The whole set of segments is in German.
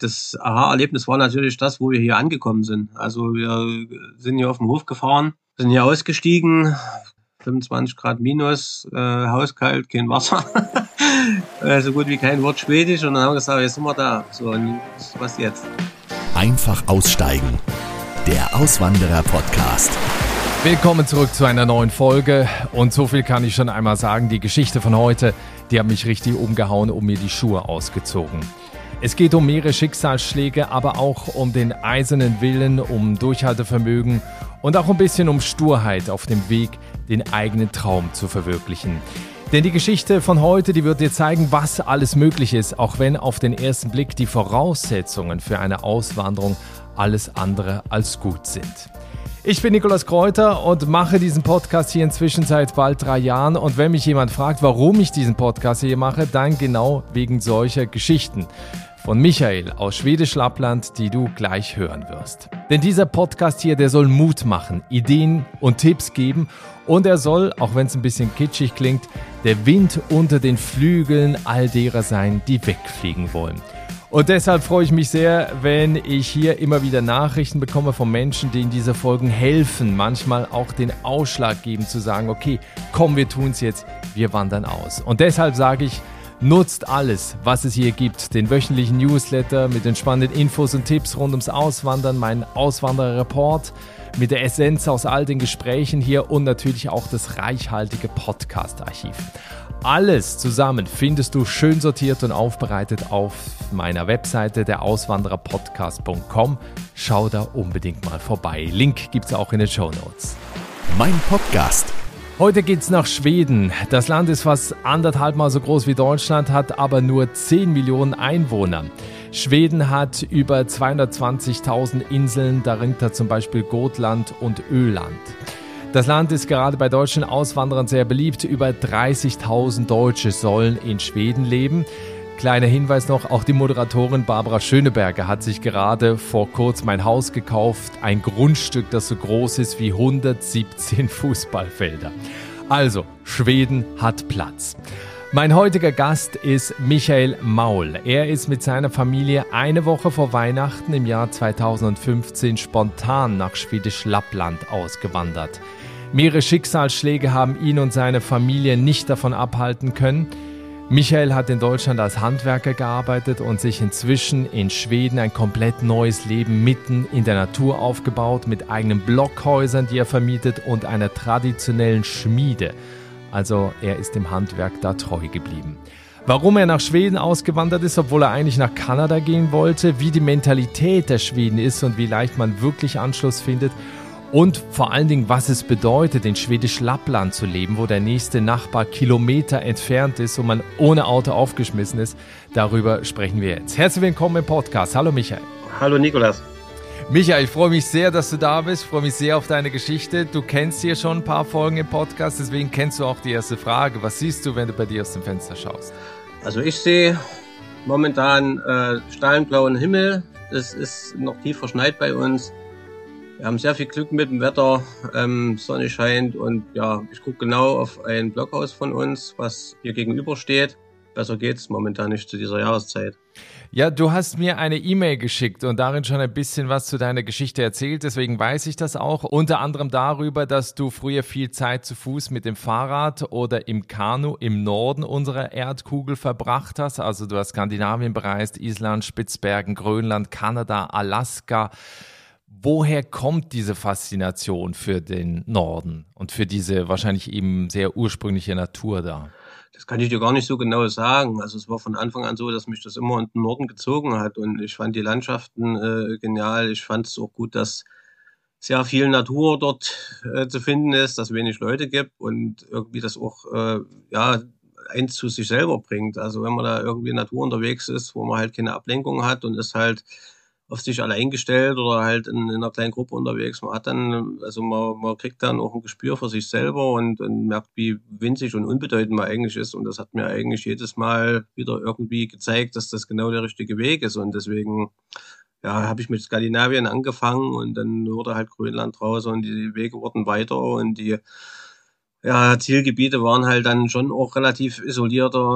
das Aha-Erlebnis war natürlich das, wo wir hier angekommen sind. Also wir sind hier auf den Hof gefahren, sind hier ausgestiegen, 25 Grad minus, hauskalt, kein Wasser, so gut wie kein Wort Schwedisch. Und dann haben wir gesagt, jetzt sind wir da. So, und was jetzt? Einfach aussteigen. Der Auswanderer-Podcast. Willkommen zurück zu einer neuen Folge. Und so viel kann ich schon einmal sagen, die Geschichte von heute, die hat mich richtig umgehauen und mir die Schuhe ausgezogen. Es geht um mehrere Schicksalsschläge, aber auch um den eisernen Willen, um Durchhaltevermögen und auch ein bisschen um Sturheit auf dem Weg, den eigenen Traum zu verwirklichen. Denn die Geschichte von heute, die wird dir zeigen, was alles möglich ist, auch wenn auf den ersten Blick die Voraussetzungen für eine Auswanderung alles andere als gut sind. Ich bin Nikolaus Kräuter und mache diesen Podcast hier inzwischen seit bald 3 Jahren. Und wenn mich jemand fragt, warum ich diesen Podcast hier mache, dann genau wegen solcher Geschichten von Michael aus Schwedisch Lappland, die du gleich hören wirst. Denn dieser Podcast hier, der soll Mut machen, Ideen und Tipps geben und er soll, auch wenn es ein bisschen kitschig klingt, der Wind unter den Flügeln all derer sein, die wegfliegen wollen. Und deshalb freue ich mich sehr, wenn ich hier immer wieder Nachrichten bekomme von Menschen, die in dieser Folgen helfen, manchmal auch den Ausschlag geben zu sagen, okay, komm, wir tun es jetzt, wir wandern aus. Und deshalb sage ich, nutzt alles, was es hier gibt. Den wöchentlichen Newsletter mit den spannenden Infos und Tipps rund ums Auswandern, meinen Auswanderer-Report mit der Essenz aus all den Gesprächen hier und natürlich auch das reichhaltige Podcast-Archiv. Alles zusammen findest du schön sortiert und aufbereitet auf meiner Webseite der Auswandererpodcast.com. Schau da unbedingt mal vorbei. Link gibt's auch in den Shownotes. Mein Podcast. Heute geht's nach Schweden. Das Land ist fast 1,5 Mal so groß wie Deutschland, hat aber nur 10 Millionen Einwohner. Schweden hat über 220.000 Inseln, darunter zum Beispiel Gotland und Öland. Das Land ist gerade bei deutschen Auswanderern sehr beliebt. Über 30.000 Deutsche sollen in Schweden leben. Kleiner Hinweis noch, auch die Moderatorin Barbara Schöneberger hat sich gerade vor kurzem ein Haus gekauft. Ein Grundstück, das so groß ist wie 117 Fußballfelder. Also, Schweden hat Platz. Mein heutiger Gast ist Michael Maul. Er ist mit seiner Familie eine Woche vor Weihnachten im Jahr 2015 spontan nach Schwedisch Lappland ausgewandert. Mehrere Schicksalsschläge haben ihn und seine Familie nicht davon abhalten können. Michael hat in Deutschland als Handwerker gearbeitet und sich inzwischen in Schweden ein komplett neues Leben mitten in der Natur aufgebaut, mit eigenen Blockhäusern, die er vermietet und einer traditionellen Schmiede. Also er ist dem Handwerk da treu geblieben. Warum er nach Schweden ausgewandert ist, obwohl er eigentlich nach Kanada gehen wollte, wie die Mentalität der Schweden ist und wie leicht man wirklich Anschluss findet und vor allen Dingen, was es bedeutet, in Schwedisch Lappland zu leben, wo der nächste Nachbar Kilometer entfernt ist und man ohne Auto aufgeschmissen ist, darüber sprechen wir jetzt. Herzlich willkommen im Podcast. Hallo Michael. Hallo Nikolaus. Michael, ich freue mich sehr, dass du da bist. Ich freue mich sehr auf deine Geschichte. Du kennst hier schon ein paar Folgen im Podcast, deswegen kennst du auch die erste Frage. Was siehst du, wenn du bei dir aus dem Fenster schaust? Also ich sehe momentan strahlenblauen Himmel. Es ist noch tief verschneit bei uns. Wir haben sehr viel Glück mit dem Wetter. Sonne scheint und ja, ich gucke genau auf ein Blockhaus von uns, was hier gegenüber steht. Besser geht's momentan nicht zu dieser Jahreszeit. Ja, du hast mir eine E-Mail geschickt und darin schon ein bisschen was zu deiner Geschichte erzählt, deswegen weiß ich das auch. Unter anderem darüber, dass du früher viel Zeit zu Fuß mit dem Fahrrad oder im Kanu im Norden unserer Erdkugel verbracht hast. Also du hast Skandinavien bereist, Island, Spitzbergen, Grönland, Kanada, Alaska. Woher kommt diese Faszination für den Norden und für diese wahrscheinlich eben sehr ursprüngliche Natur da? Das kann ich dir gar nicht so genau sagen. Also es war von Anfang an so, dass mich das immer in den Norden gezogen hat und ich fand die Landschaften genial. Ich fand es auch gut, dass sehr viel Natur dort zu finden ist, dass wenig Leute gibt und irgendwie das auch eins zu sich selber bringt. Also wenn man da irgendwie in Natur unterwegs ist, wo man halt keine Ablenkung hat und ist halt auf sich allein gestellt oder halt in einer kleinen Gruppe unterwegs. Man hat dann, also man kriegt dann auch ein Gespür für sich selber und merkt, wie winzig und unbedeutend man eigentlich ist. Und das hat mir eigentlich jedes Mal wieder irgendwie gezeigt, dass das genau der richtige Weg ist. Und deswegen, ja, habe ich mit Skandinavien angefangen und dann wurde halt Grönland raus und die Wege wurden weiter und die Zielgebiete waren halt dann schon auch relativ isolierter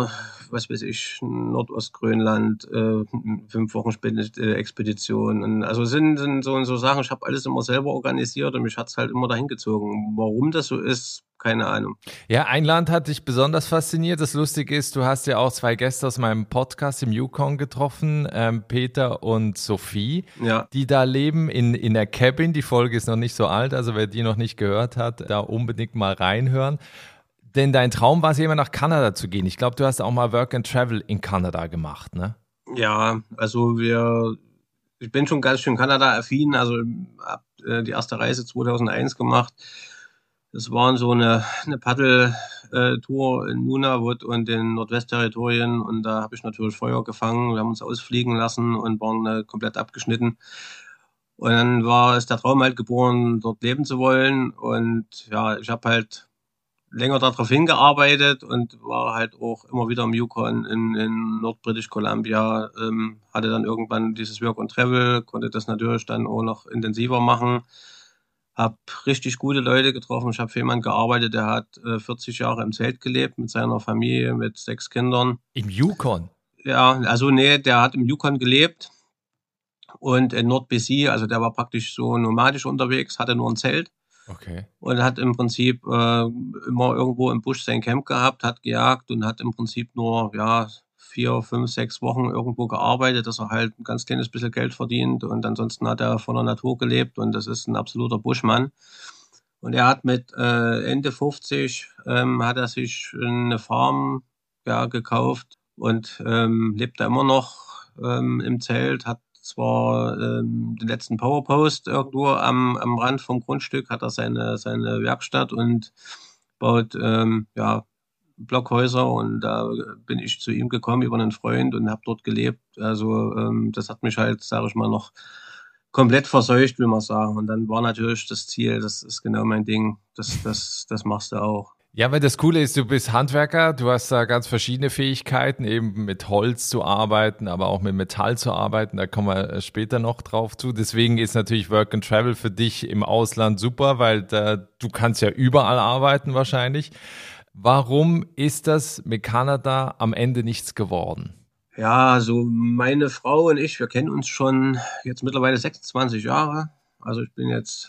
was weiß ich, Nordostgrönland, 5 Wochen Expedition. Und also sind so Sachen, ich habe alles immer selber organisiert und mich hat's halt immer dahin gezogen. Warum das so ist, keine Ahnung. Ja, ein Land hat dich besonders fasziniert. Das Lustige ist, du hast ja auch 2 Gäste aus meinem Podcast im Yukon getroffen, Peter und Sophie, Ja. die da leben in der Cabin. Die Folge ist noch nicht so alt, also wer die noch nicht gehört hat, da unbedingt mal reinhören. Denn dein Traum war es ja immer nach Kanada zu gehen. Ich glaube, du hast auch mal Work and Travel in Kanada gemacht, ne? Ja, also ich bin schon ganz schön Kanada-affin, also habe die erste Reise 2001 gemacht. Das waren so eine Paddeltour in Nunavut und den Nordwestterritorien und da habe ich natürlich Feuer gefangen. Wir haben uns ausfliegen lassen und waren komplett abgeschnitten. Und dann ist der Traum halt geboren, dort leben zu wollen. Und ja, ich habe halt länger darauf hingearbeitet und war halt auch immer wieder im Yukon in Nord-British Columbia, hatte dann irgendwann dieses Work and Travel, konnte das natürlich dann auch noch intensiver machen, habe richtig gute Leute getroffen. Ich habe für jemanden gearbeitet, der hat 40 Jahre im Zelt gelebt mit seiner Familie, mit 6 Kindern. Im Yukon? Ja, also nee, der hat im Yukon gelebt und in Nord-BC, also der war praktisch so nomadisch unterwegs, hatte nur ein Zelt. Okay. Und hat im Prinzip immer irgendwo im Busch sein Camp gehabt, hat gejagt und hat im Prinzip nur 4, 5, 6 Wochen irgendwo gearbeitet, dass er halt ein ganz kleines bisschen Geld verdient. Und ansonsten hat er von der Natur gelebt und das ist ein absoluter Buschmann. Und er hat mit Ende 50 hat er sich eine Farm gekauft und lebt da immer noch im Zelt, hat zwar den letzten Powerpost irgendwo am Rand vom Grundstück, hat er seine Werkstatt und baut Blockhäuser und da bin ich zu ihm gekommen über einen Freund und habe dort gelebt. Also das hat mich halt, sage ich mal, noch komplett verseucht, will man sagen. Und dann war natürlich das Ziel, das ist genau mein Ding, das machst du auch. Ja, weil das Coole ist, du bist Handwerker, du hast da ganz verschiedene Fähigkeiten, eben mit Holz zu arbeiten, aber auch mit Metall zu arbeiten, da kommen wir später noch drauf zu. Deswegen ist natürlich Work and Travel für dich im Ausland super, weil du kannst ja überall arbeiten wahrscheinlich. Warum ist das mit Kanada am Ende nichts geworden? Ja, also meine Frau und ich, wir kennen uns schon jetzt mittlerweile 26 Jahre. Also ich bin jetzt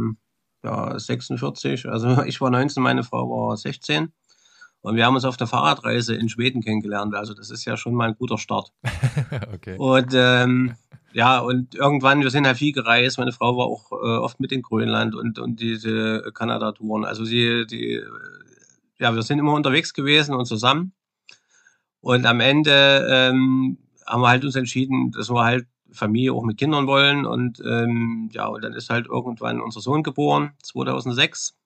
46, also ich war 19, meine Frau war 16 und wir haben uns auf der Fahrradreise in Schweden kennengelernt, also das ist ja schon mal ein guter Start. Okay. Und und irgendwann, wir sind halt viel gereist, meine Frau war auch oft mit in Grönland und diese Kanada-Touren, also wir sind immer unterwegs gewesen und zusammen und am Ende haben wir halt uns entschieden, dass wir halt Familie auch mit Kindern wollen und und dann ist halt irgendwann unser Sohn geboren, 2006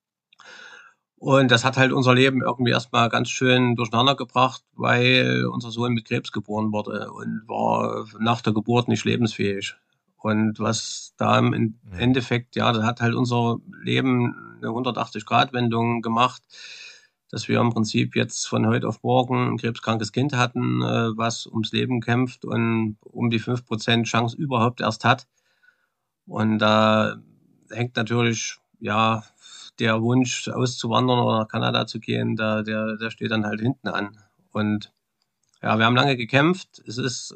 und das hat halt unser Leben irgendwie erstmal ganz schön durcheinander gebracht, weil unser Sohn mit Krebs geboren wurde und war nach der Geburt nicht lebensfähig und was da im Endeffekt, das hat halt unser Leben eine 180-Grad-Wendung gemacht, dass wir im Prinzip jetzt von heute auf morgen ein krebskrankes Kind hatten, was ums Leben kämpft und um die 5% Chance überhaupt erst hat. Und da hängt natürlich, der Wunsch auszuwandern oder nach Kanada zu gehen, der steht dann halt hinten an. Und ja, wir haben lange gekämpft. Es ist,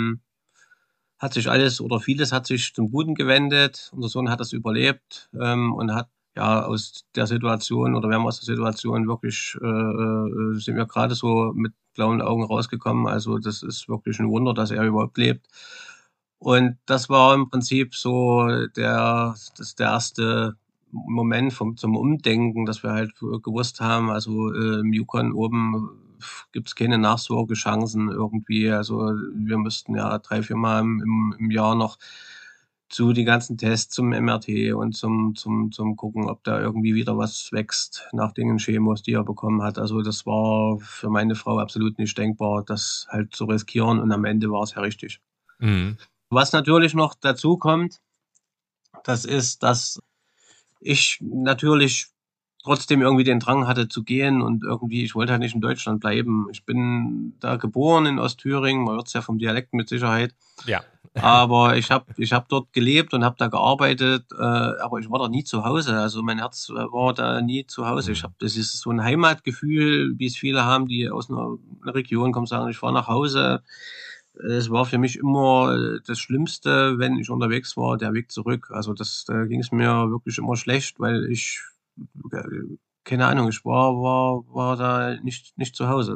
hat sich alles oder vieles hat sich zum Guten gewendet. Unser Sohn hat das überlebt und hat aus der Situation oder wir haben aus der Situation wirklich, sind wir gerade so mit blauen Augen rausgekommen. Also das ist wirklich ein Wunder, dass er überhaupt lebt. Und das war im Prinzip so der erste Moment zum Umdenken, dass wir halt gewusst haben, also im Yukon oben gibt's keine Nachsorgechancen irgendwie. Also wir müssten 3, 4 Mal im Jahr noch zu die ganzen Tests zum MRT und zum Gucken, ob da irgendwie wieder was wächst nach den Chemos, die er bekommen hat. Also das war für meine Frau absolut nicht denkbar, das halt zu riskieren und am Ende war es ja richtig. Mhm. Was natürlich noch dazu kommt, das ist, dass ich natürlich trotzdem irgendwie den Drang hatte zu gehen und irgendwie, ich wollte halt nicht in Deutschland bleiben. Ich bin da geboren in Ostthüringen, man hört es ja vom Dialekt mit Sicherheit. Ja. Aber ich hab dort gelebt und habe da gearbeitet, aber ich war da nie zu Hause. Also mein Herz war da nie zu Hause. Das ist so ein Heimatgefühl, wie es viele haben, die aus einer Region kommen, sagen, ich fahre nach Hause. Es war für mich immer das Schlimmste, wenn ich unterwegs war, der Weg zurück. Also da ging es mir wirklich immer schlecht, weil äh, keine Ahnung, ich war da nicht zu Hause.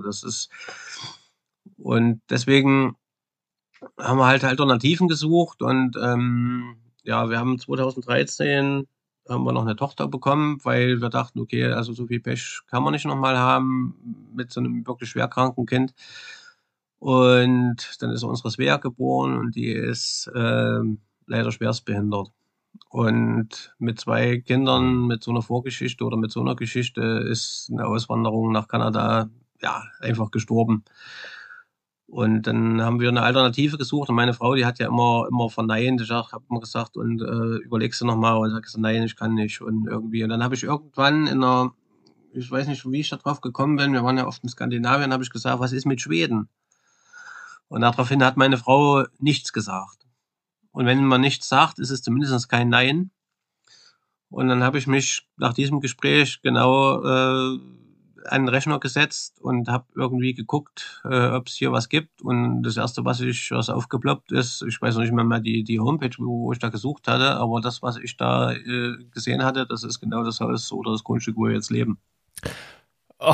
Und deswegen haben wir halt Alternativen gesucht und ja, wir haben 2013 haben wir noch eine Tochter bekommen, weil wir dachten, okay, also so viel Pech kann man nicht nochmal haben mit so einem wirklich schwerkranken Kind. Und dann ist unsere Svea geboren und die ist leider schwerstbehindert. Und mit 2 Kindern, mit so einer Vorgeschichte oder mit so einer Geschichte ist eine Auswanderung nach Kanada ja einfach gestorben. Und dann haben wir eine Alternative gesucht und meine Frau, die hat ja immer verneint. Ich habe immer gesagt, und überlegst du nochmal? Und ich habe gesagt, nein, ich kann nicht. Und irgendwie, und dann habe ich irgendwann ich weiß nicht, wie ich da drauf gekommen bin, wir waren ja oft in Skandinavien, habe ich gesagt, was ist mit Schweden? Und daraufhin hat meine Frau nichts gesagt. Und wenn man nichts sagt, ist es zumindest kein Nein. Und dann habe ich mich nach diesem Gespräch genau an den Rechner gesetzt und habe irgendwie geguckt, ob es hier was gibt. Und das Erste, was aufgeploppt ist, ich weiß noch nicht mehr die Homepage, wo ich da gesucht hatte, aber das, was ich da gesehen hatte, das ist genau das Haus oder das Grundstück, wo wir jetzt leben. Oh.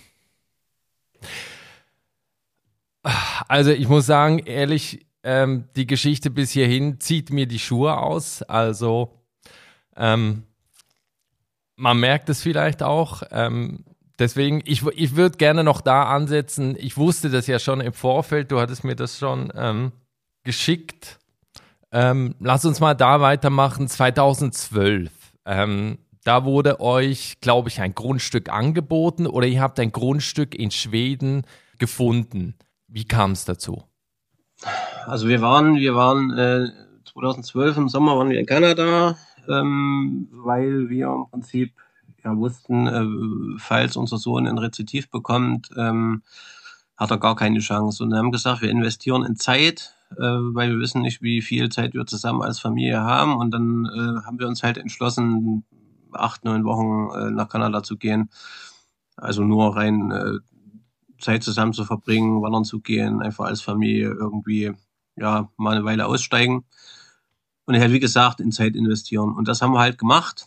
Also ich muss sagen, ehrlich, die Geschichte bis hierhin zieht mir die Schuhe aus. Also man merkt es vielleicht auch. Deswegen, ich würde gerne noch da ansetzen. Ich wusste das ja schon im Vorfeld. Du hattest mir das schon geschickt. Lass uns mal da weitermachen. 2012. Da wurde euch, glaube ich, ein Grundstück angeboten oder ihr habt ein Grundstück in Schweden gefunden. Wie kam es dazu? Also wir waren 2012 im Sommer waren wir in Kanada, weil wir im Prinzip ja wussten, falls unser Sohn ein Rezidiv bekommt, hat er gar keine Chance. Und wir haben gesagt, wir investieren in Zeit, weil wir wissen nicht, wie viel Zeit wir zusammen als Familie haben. Und dann haben wir uns halt entschlossen, 8, 9 Wochen nach Kanada zu gehen. Also nur rein Zeit zusammen zu verbringen, wandern zu gehen, einfach als Familie irgendwie ja mal eine Weile aussteigen und halt wie gesagt in Zeit investieren. Und das haben wir halt gemacht.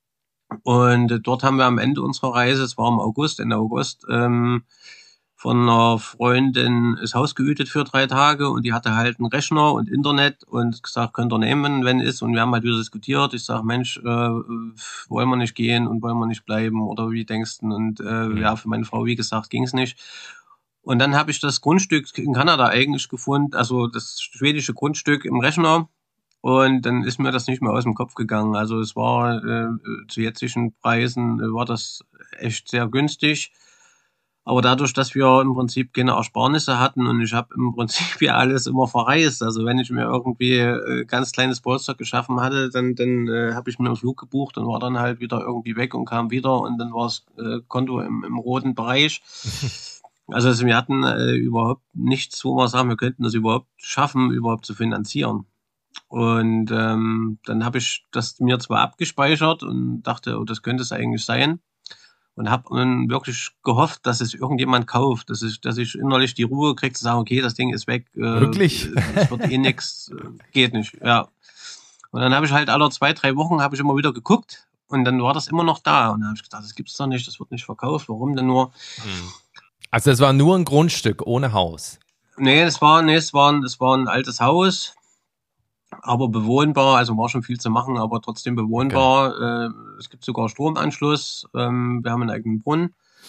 Und dort haben wir am Ende unserer Reise, es war im August, Ende August, von einer Freundin das Haus gehütet für 3 Tage und die hatte halt einen Rechner und Internet und gesagt, könnt ihr nehmen, wenn ist. Und wir haben halt wieder diskutiert. Ich sage, Mensch, wollen wir nicht gehen und wollen wir nicht bleiben oder wie denkst du? Und ja, für meine Frau, wie gesagt, ging es nicht. Und dann habe ich das Grundstück in Kanada eigentlich gefunden, also das schwedische Grundstück im Rechner. Und dann ist mir das nicht mehr aus dem Kopf gegangen. Also es war zu jetzigen Preisen war das echt sehr günstig. Aber dadurch, dass wir im Prinzip keine Ersparnisse hatten und ich habe im Prinzip ja alles immer verreist. Also wenn ich mir irgendwie ganz kleines Polster geschaffen hatte, dann habe ich mir einen Flug gebucht und war dann halt wieder irgendwie weg und kam wieder und dann war das Konto im roten Bereich. Also wir hatten überhaupt nichts, wo wir sagen, wir könnten das überhaupt schaffen, überhaupt zu finanzieren. Und dann habe ich das mir zwar abgespeichert und dachte, oh, das könnte es eigentlich sein. Und habe dann wirklich gehofft, dass es irgendjemand kauft, dass ich innerlich die Ruhe kriege, zu sagen, okay, das Ding ist weg. Wirklich? Das wird eh nix, geht nicht, ja. Und dann habe ich halt alle 2, 3 Wochen habe ich immer wieder geguckt und dann war das immer noch da. Und dann habe ich gedacht, das gibt's doch nicht, das wird nicht verkauft, warum denn nur? Also es war nur ein Grundstück ohne Haus? Nee, es war ein altes Haus, aber bewohnbar, also war schon viel zu machen, aber trotzdem bewohnbar. Okay. Es gibt sogar Stromanschluss, wir haben einen eigenen Brunnen.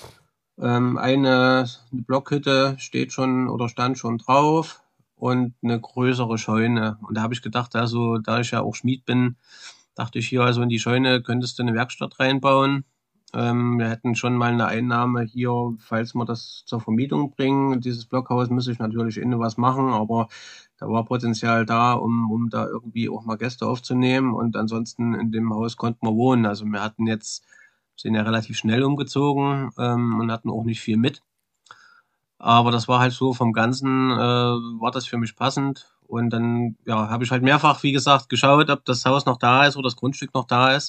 Eine Blockhütte steht schon oder stand schon drauf und eine größere Scheune. Und da habe ich gedacht, also da ich ja auch Schmied bin, dachte ich hier, also in die Scheune könntest du eine Werkstatt reinbauen. Wir hätten schon mal eine Einnahme hier, falls wir das zur Vermietung bringen. Dieses Blockhaus müsste ich natürlich innen was machen, aber da war Potenzial da, um da irgendwie auch mal Gäste aufzunehmen. Und ansonsten in dem Haus konnten wir wohnen. Also wir sind ja relativ schnell umgezogen und hatten auch nicht viel mit. Aber das war halt so vom Ganzen, war das für mich passend. Und dann habe ich halt mehrfach, wie gesagt, geschaut, ob das Haus noch da ist oder das Grundstück noch da ist.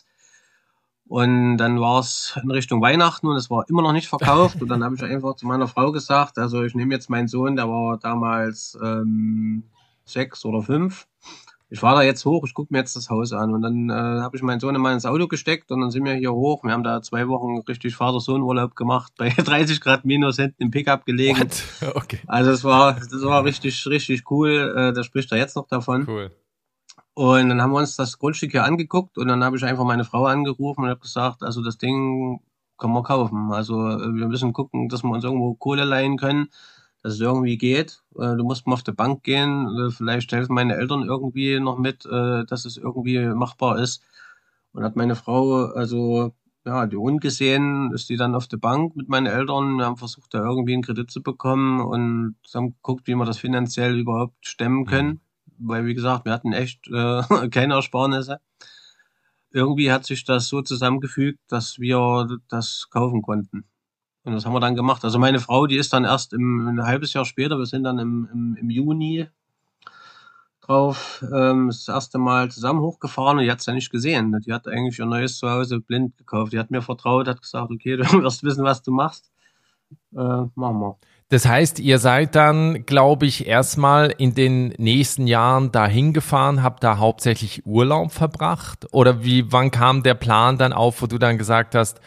Und dann war es in Richtung Weihnachten und es war immer noch nicht verkauft. Und dann habe ich einfach zu meiner Frau gesagt, also ich nehme jetzt meinen Sohn, der war damals 6 oder 5. Ich fahre da jetzt hoch, ich gucke mir jetzt das Haus an. Und dann habe ich meinen Sohn mal ins Auto gesteckt und dann sind wir hier hoch. Wir haben da 2 Wochen richtig Vater-Sohn-Urlaub gemacht, bei 30 Grad minus hinten im Pickup gelegen. What? Okay. Also das war richtig, richtig cool. Da spricht er jetzt noch davon. Cool. Und dann haben wir uns das Grundstück hier angeguckt und dann habe ich einfach meine Frau angerufen und habe gesagt, also das Ding können wir kaufen. Also wir müssen gucken, dass wir uns irgendwo Kohle leihen können, dass es irgendwie geht. Du musst mal auf die Bank gehen, vielleicht helfen meine Eltern irgendwie noch mit, dass es irgendwie machbar ist. Und hat meine Frau, also die ungesehen ist die dann auf der Bank mit meinen Eltern. Wir haben versucht, da irgendwie einen Kredit zu bekommen und haben geguckt, wie wir das finanziell überhaupt stemmen können. Weil, wie gesagt, wir hatten echt keine Ersparnisse. Irgendwie hat sich das so zusammengefügt, dass wir das kaufen konnten. Und das haben wir dann gemacht. Also meine Frau, die ist dann erst ein halbes Jahr später, wir sind dann im Juni drauf, das erste Mal zusammen hochgefahren und die hat es ja nicht gesehen. Die hat eigentlich ihr neues Zuhause blind gekauft. Die hat mir vertraut, hat gesagt, okay, du wirst wissen, was du machst. Machen wir. Das heißt, ihr seid dann, glaube ich, erstmal in den nächsten Jahren dahin gefahren, habt da hauptsächlich Urlaub verbracht? Oder wann kam der Plan dann auf, wo du dann gesagt hast,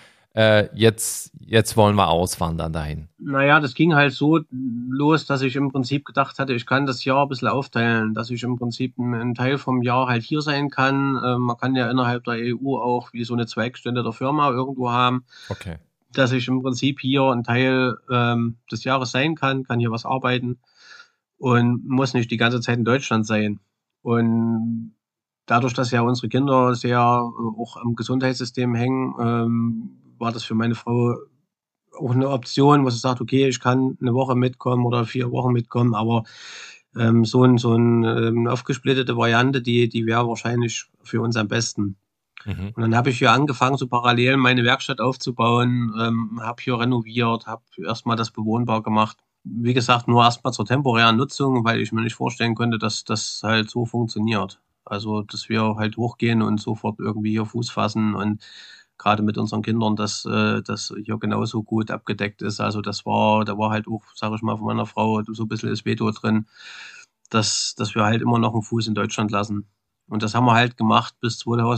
jetzt wollen wir auswandern dahin? Naja, das ging halt so los, dass ich im Prinzip gedacht hatte, ich kann das Jahr ein bisschen aufteilen, dass ich im Prinzip einen Teil vom Jahr halt hier sein kann. Man kann ja innerhalb der EU auch wie so eine Zweigstelle der Firma irgendwo haben. Okay. Dass ich im Prinzip hier ein Teil des Jahres sein kann hier was arbeiten und muss nicht die ganze Zeit in Deutschland sein. Und dadurch, dass ja unsere Kinder sehr auch am Gesundheitssystem hängen, war das für meine Frau auch eine Option, wo sie sagt, okay, ich kann eine Woche mitkommen oder 4 Wochen mitkommen, aber so eine aufgesplittete Variante, die wäre wahrscheinlich für uns am besten. Und dann habe ich hier angefangen, so parallel meine Werkstatt aufzubauen, habe hier renoviert, habe erstmal das bewohnbar gemacht. Wie gesagt, nur erstmal zur temporären Nutzung, weil ich mir nicht vorstellen konnte, dass das halt so funktioniert. Also, dass wir halt hochgehen und sofort irgendwie hier Fuß fassen und gerade mit unseren Kindern, dass das hier genauso gut abgedeckt ist. Also da war halt auch, sage ich mal, von meiner Frau so ein bisschen das Veto drin, dass wir halt immer noch einen Fuß in Deutschland lassen. Und das haben wir halt gemacht bis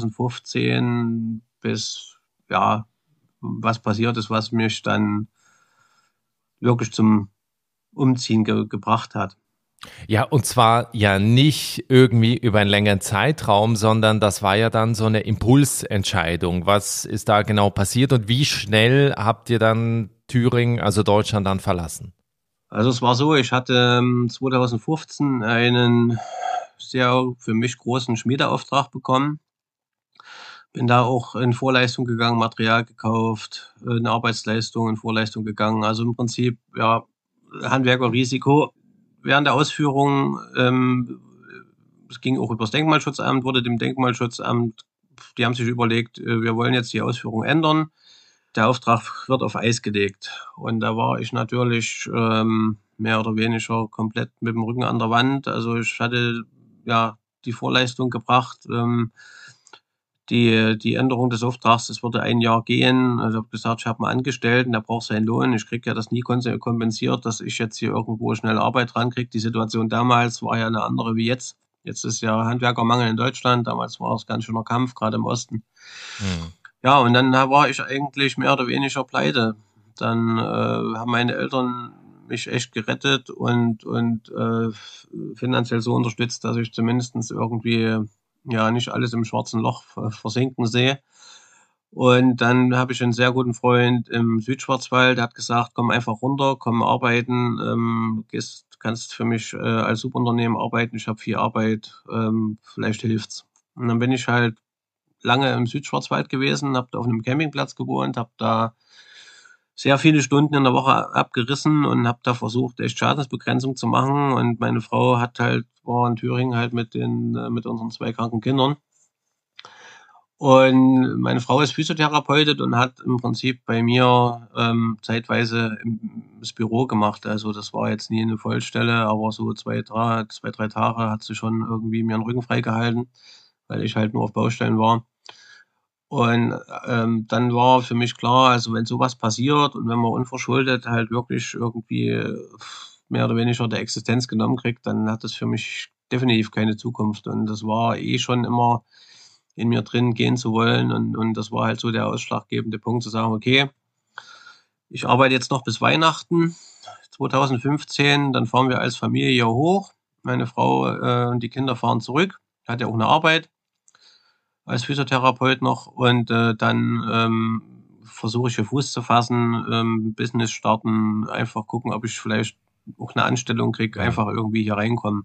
2015, bis, was passiert ist, was mich dann wirklich zum Umziehen gebracht hat. Ja, und zwar ja nicht irgendwie über einen längeren Zeitraum, sondern das war ja dann so eine Impulsentscheidung. Was ist da genau passiert und wie schnell habt ihr dann Thüringen, also Deutschland, dann verlassen? Also es war so, ich hatte 2015 einen sehr für mich großen Schmiedeauftrag bekommen. Bin da auch in Vorleistung gegangen, Material gekauft, in Arbeitsleistung in Vorleistung gegangen. Also im Prinzip, Handwerkerrisiko. Während der Ausführung, es ging auch über das Denkmalschutzamt, wurde dem Denkmalschutzamt, die haben sich überlegt, wir wollen jetzt die Ausführung ändern. Der Auftrag wird auf Eis gelegt. Und da war ich natürlich mehr oder weniger komplett mit dem Rücken an der Wand. Also ich hatte die Vorleistung gebracht. Die Änderung des Auftrags, das würde 1 Jahr gehen. Also ich habe gesagt, ich habe einen Angestellten, der braucht seinen Lohn. Ich kriege ja das nie kompensiert, dass ich jetzt hier irgendwo schnell Arbeit rankriege. Die Situation damals war ja eine andere wie jetzt. Jetzt ist ja Handwerkermangel in Deutschland. Damals war es ganz schöner Kampf, gerade im Osten. Ja, und dann war ich eigentlich mehr oder weniger pleite. Dann haben meine Eltern mich echt gerettet und finanziell so unterstützt, dass ich zumindest irgendwie nicht alles im schwarzen Loch versinken sehe. Und dann habe ich einen sehr guten Freund im Südschwarzwald, der hat gesagt, komm einfach runter, komm arbeiten, kannst für mich als Subunternehmen arbeiten, ich habe viel Arbeit, vielleicht hilft's. Und dann bin ich halt lange im Südschwarzwald gewesen, habe da auf einem Campingplatz gewohnt, habe da sehr viele Stunden in der Woche abgerissen und habe da versucht, echt Schadensbegrenzung zu machen. Und meine Frau war in Thüringen halt mit unseren 2 kranken Kindern. Und meine Frau ist Physiotherapeutin und hat im Prinzip bei mir zeitweise das Büro gemacht. Also das war jetzt nie eine Vollstelle, aber so zwei, drei Tage hat sie schon irgendwie mir den Rücken freigehalten, weil ich halt nur auf Baustellen war. Und dann war für mich klar, also wenn sowas passiert und wenn man unverschuldet halt wirklich irgendwie mehr oder weniger der Existenz genommen kriegt, dann hat das für mich definitiv keine Zukunft. Und das war eh schon immer in mir drin gehen zu wollen. Und das war halt so der ausschlaggebende Punkt, zu sagen, okay, ich arbeite jetzt noch bis Weihnachten 2015, dann fahren wir als Familie hier hoch. Meine Frau und die Kinder fahren zurück, hat ja auch eine Arbeit als Physiotherapeut noch und dann versuche ich hier Fuß zu fassen, Business starten, einfach gucken, ob ich vielleicht auch eine Anstellung kriege, einfach irgendwie hier reinkommen.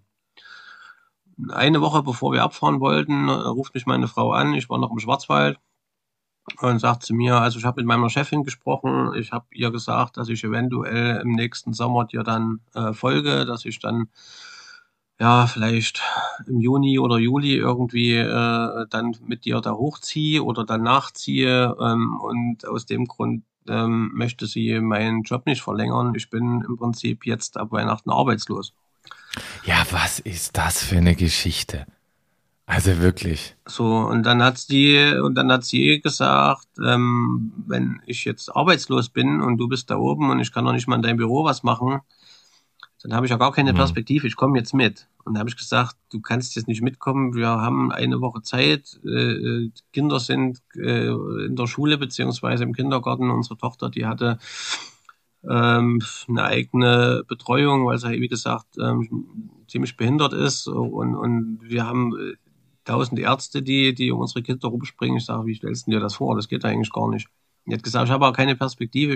Eine Woche bevor wir abfahren wollten, ruft mich meine Frau an, ich war noch im Schwarzwald und sagt zu mir, also ich habe mit meiner Chefin gesprochen, ich habe ihr gesagt, dass ich eventuell im nächsten Sommer dir dann folge, dass ich dann ja, vielleicht im Juni oder Juli irgendwie dann mit dir da hochziehe oder dann nachziehe. Und aus dem Grund möchte sie meinen Job nicht verlängern. Ich bin im Prinzip jetzt ab Weihnachten arbeitslos. Ja, was ist das für eine Geschichte? Also wirklich. So, und dann hat sie gesagt, wenn ich jetzt arbeitslos bin und du bist da oben und ich kann noch nicht mal in deinem Büro was machen, dann habe ich ja gar keine Perspektive, ich komme jetzt mit. Und da habe ich gesagt, du kannst jetzt nicht mitkommen, wir haben eine Woche Zeit, Kinder sind in der Schule beziehungsweise im Kindergarten. Unsere Tochter, die hatte eine eigene Betreuung, weil sie, wie gesagt, ziemlich behindert ist. Und wir haben 1000 Ärzte, die um unsere Kinder rumspringen. Ich sage, wie stellst du dir das vor? Das geht eigentlich gar nicht. Die hat gesagt, ich habe auch keine Perspektive.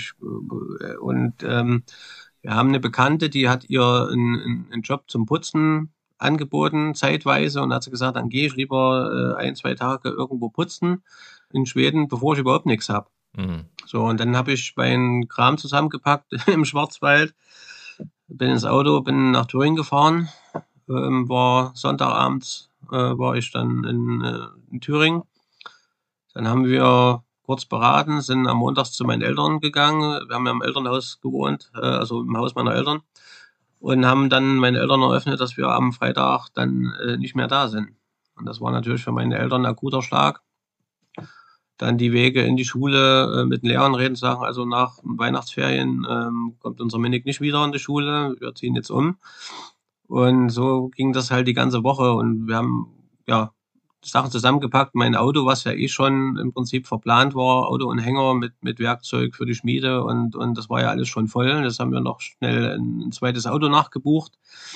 Wir haben eine Bekannte, die hat ihr einen Job zum Putzen angeboten, zeitweise. Und da hat sie gesagt, dann gehe ich lieber 1, 2 Tage irgendwo putzen in Schweden, bevor ich überhaupt nichts habe. So, und dann habe ich meinen Kram zusammengepackt im Schwarzwald, bin ins Auto, bin nach Thüringen gefahren, war Sonntagabends, war ich dann in Thüringen. Dann haben wir kurz beraten, sind am Montag zu meinen Eltern gegangen. Wir haben ja im Elternhaus gewohnt, also im Haus meiner Eltern. Und haben dann meinen Eltern eröffnet, dass wir am Freitag dann nicht mehr da sind. Und das war natürlich für meine Eltern ein akuter Schlag. Dann die Wege in die Schule mit den Lehrern reden, sagen, also nach Weihnachtsferien kommt unser Minik nicht wieder in die Schule, wir ziehen jetzt um. Und so ging das halt die ganze Woche und wir haben ja Sachen zusammengepackt. Mein Auto, was ja eh schon im Prinzip verplant war, Auto und Hänger mit Werkzeug für die Schmiede und das war ja alles schon voll. Das haben wir noch schnell ein zweites Auto nachgebucht.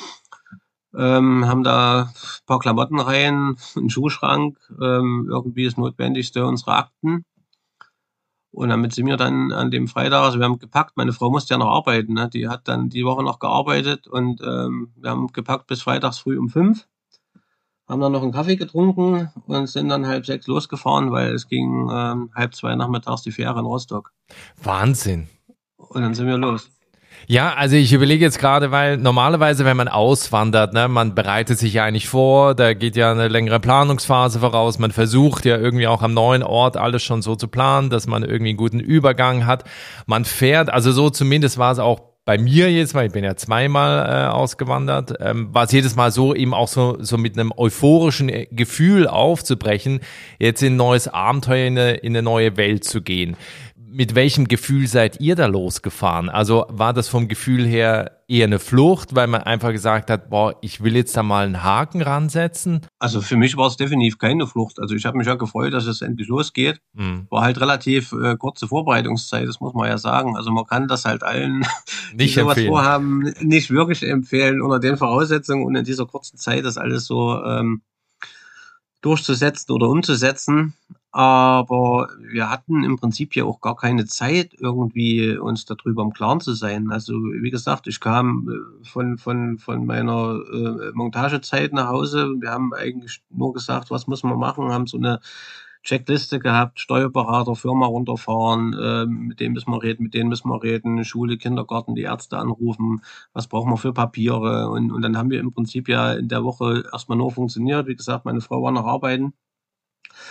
Haben da ein paar Klamotten rein, einen Schuhschrank, irgendwie das Notwendigste, unsere Akten. Und damit sind wir dann an dem Freitag, also wir haben gepackt, meine Frau musste ja noch arbeiten, ne? Die hat dann die Woche noch gearbeitet und wir haben gepackt bis freitags früh um 5. Haben dann noch einen Kaffee getrunken und sind dann 5:30 losgefahren, weil es ging 1:30 nachmittags die Fähre in Rostock. Wahnsinn. Und dann sind wir los. Ja, also ich überlege jetzt gerade, weil normalerweise, wenn man auswandert, ne, man bereitet sich ja eigentlich vor, da geht ja eine längere Planungsphase voraus, man versucht ja irgendwie auch am neuen Ort alles schon so zu planen, dass man irgendwie einen guten Übergang hat. Man fährt, also so zumindest war es auch bei mir jetzt, weil ich bin ja zweimal ausgewandert, war es jedes Mal so, eben auch so mit einem euphorischen Gefühl aufzubrechen, jetzt in ein neues Abenteuer, in eine neue Welt zu gehen. Mit welchem Gefühl seid ihr da losgefahren? Also war das vom Gefühl her eher eine Flucht, weil man einfach gesagt hat, boah, ich will jetzt da mal einen Haken ransetzen? Also für mich war es definitiv keine Flucht. Also ich habe mich ja gefreut, dass es endlich losgeht. War halt relativ kurze Vorbereitungszeit, das muss man ja sagen. Also man kann das halt allen, die sowas vorhaben, nicht wirklich empfehlen unter den Voraussetzungen und in dieser kurzen Zeit das alles so durchzusetzen oder umzusetzen. Aber wir hatten im Prinzip ja auch gar keine Zeit, irgendwie uns darüber im Klaren zu sein. Also wie gesagt, ich kam von meiner Montagezeit nach Hause. Wir haben eigentlich nur gesagt, was muss man machen, haben so eine Checkliste gehabt, Steuerberater, Firma runterfahren, mit dem müssen wir reden, mit denen müssen wir reden, Schule, Kindergarten, die Ärzte anrufen, was brauchen wir für Papiere und dann haben wir im Prinzip ja in der Woche erstmal nur funktioniert. Wie gesagt, meine Frau war noch arbeiten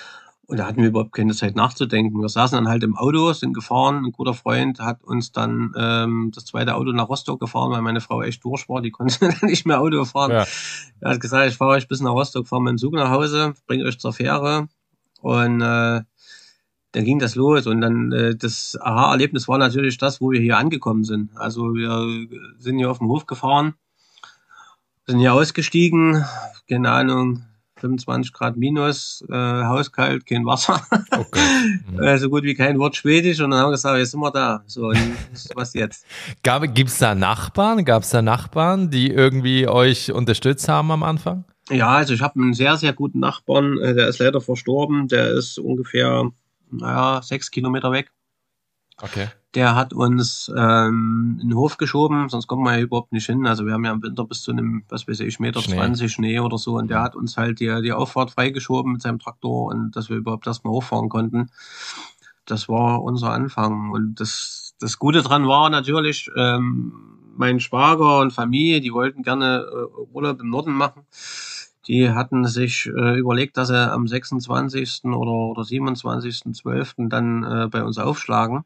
Und da hatten wir überhaupt keine Zeit nachzudenken. Wir saßen dann halt im Auto, sind gefahren. Ein guter Freund hat uns dann das zweite Auto nach Rostock gefahren, weil meine Frau echt durch war. Die konnte dann nicht mehr Auto fahren. Ja. Er hat gesagt, ich fahre euch bis nach Rostock, fahre mit dem Zug nach Hause, bringe euch zur Fähre. Und dann ging das los. Und dann das Aha-Erlebnis war natürlich das, wo wir hier angekommen sind. Also wir sind hier auf dem Hof gefahren, sind hier ausgestiegen, keine Ahnung, 25 Grad minus, hauskalt, kein Wasser, Okay. so gut wie kein Wort Schwedisch. Und dann haben wir gesagt, jetzt sind wir da. So, und was jetzt? Gibt's da Nachbarn? Gab's da Nachbarn, die irgendwie euch unterstützt haben am Anfang? Ja, also ich habe einen sehr, sehr guten Nachbarn, der ist leider verstorben, der ist ungefähr, 6 Kilometer weg. Okay. Der hat uns in den Hof geschoben, sonst kommen wir ja überhaupt nicht hin. Also wir haben ja im Winter bis zu einem, was weiß ich, Meter 20 Schnee oder so. Und der hat uns halt die Auffahrt freigeschoben mit seinem Traktor und dass wir überhaupt erstmal hochfahren konnten. Das war unser Anfang. Und das Gute dran war natürlich, mein Schwager und Familie, die wollten gerne Urlaub im Norden machen. Die hatten sich überlegt, dass sie am 26. oder 27.12. dann bei uns aufschlagen.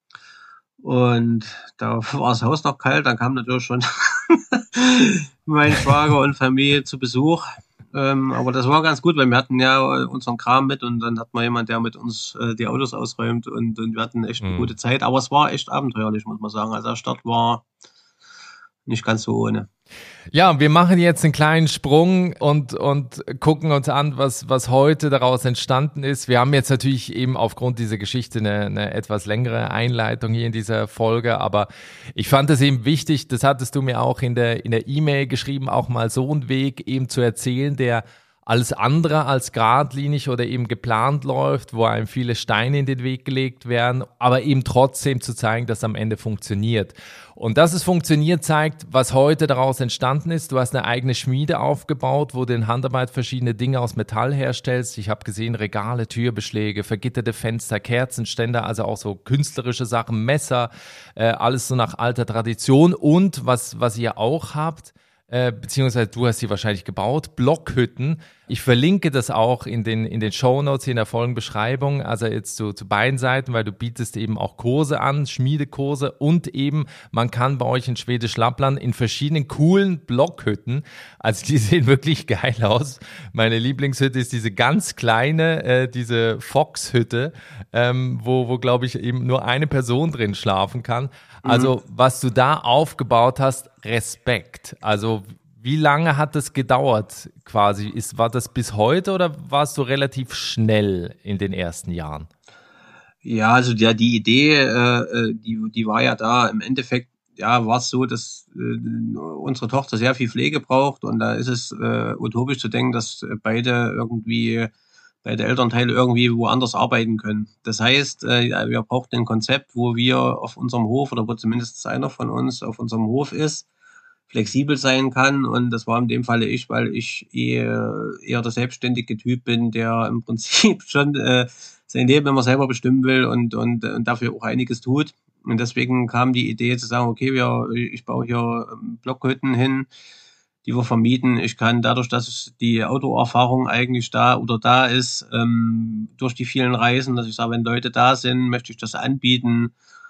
Und da war das Haus noch kalt, dann kam natürlich schon mein Schwager und Familie zu Besuch. Aber das war ganz gut, weil wir hatten ja unseren Kram mit und dann hat man jemand, der mit uns die Autos ausräumt und wir hatten echt eine gute Zeit. Aber es war echt abenteuerlich, muss man sagen. Also der Start war nicht ganz so ohne. Ja, wir machen jetzt einen kleinen Sprung und gucken uns an, was heute daraus entstanden ist. Wir haben jetzt natürlich eben aufgrund dieser Geschichte eine etwas längere Einleitung hier in dieser Folge, aber ich fand es eben wichtig, das hattest du mir auch in der E-Mail geschrieben, auch mal so einen Weg eben zu erzählen, der alles andere als geradlinig oder eben geplant läuft, wo einem viele Steine in den Weg gelegt werden, aber eben trotzdem zu zeigen, dass es am Ende funktioniert. Und dass es funktioniert, zeigt, was heute daraus entstanden ist. Du hast eine eigene Schmiede aufgebaut, wo du in Handarbeit verschiedene Dinge aus Metall herstellst. Ich habe gesehen, Regale, Türbeschläge, vergitterte Fenster, Kerzenständer, also auch so künstlerische Sachen, Messer, alles so nach alter Tradition. Und was ihr auch habt, beziehungsweise du hast sie wahrscheinlich gebaut, Blockhütten. Ich verlinke das auch in den Shownotes hier in der Folgenbeschreibung, also jetzt zu beiden Seiten, weil du bietest eben auch Kurse an, Schmiedekurse und eben man kann bei euch in Schwedisch Lappland in verschiedenen coolen Blockhütten, also die sehen wirklich geil aus. Meine Lieblingshütte ist diese ganz kleine, diese Fox-Hütte, wo glaube ich eben nur eine Person drin schlafen kann. Also was du da aufgebaut hast, Respekt. Also wie lange hat das gedauert quasi? War das bis heute oder warst du relativ schnell in den ersten Jahren? Ja, also die Idee, die war ja da. Im Endeffekt, ja, war es so, dass unsere Tochter sehr viel Pflege braucht und da ist es utopisch zu denken, dass beide Elternteile irgendwie woanders arbeiten können. Das heißt, wir brauchten ein Konzept, wo wir auf unserem Hof oder wo zumindest einer von uns auf unserem Hof ist, flexibel sein kann. Und das war in dem Falle ich, weil ich eher der selbstständige Typ bin, der im Prinzip schon sein Leben immer selber bestimmen will und dafür auch einiges tut. Und deswegen kam die Idee zu sagen, okay, ich baue hier Blockhütten hin, die wir vermieten. Ich kann dadurch, dass die Outdoor-Erfahrung eigentlich da ist, durch die vielen Reisen, dass ich sage, wenn Leute da sind, möchte ich das anbieten,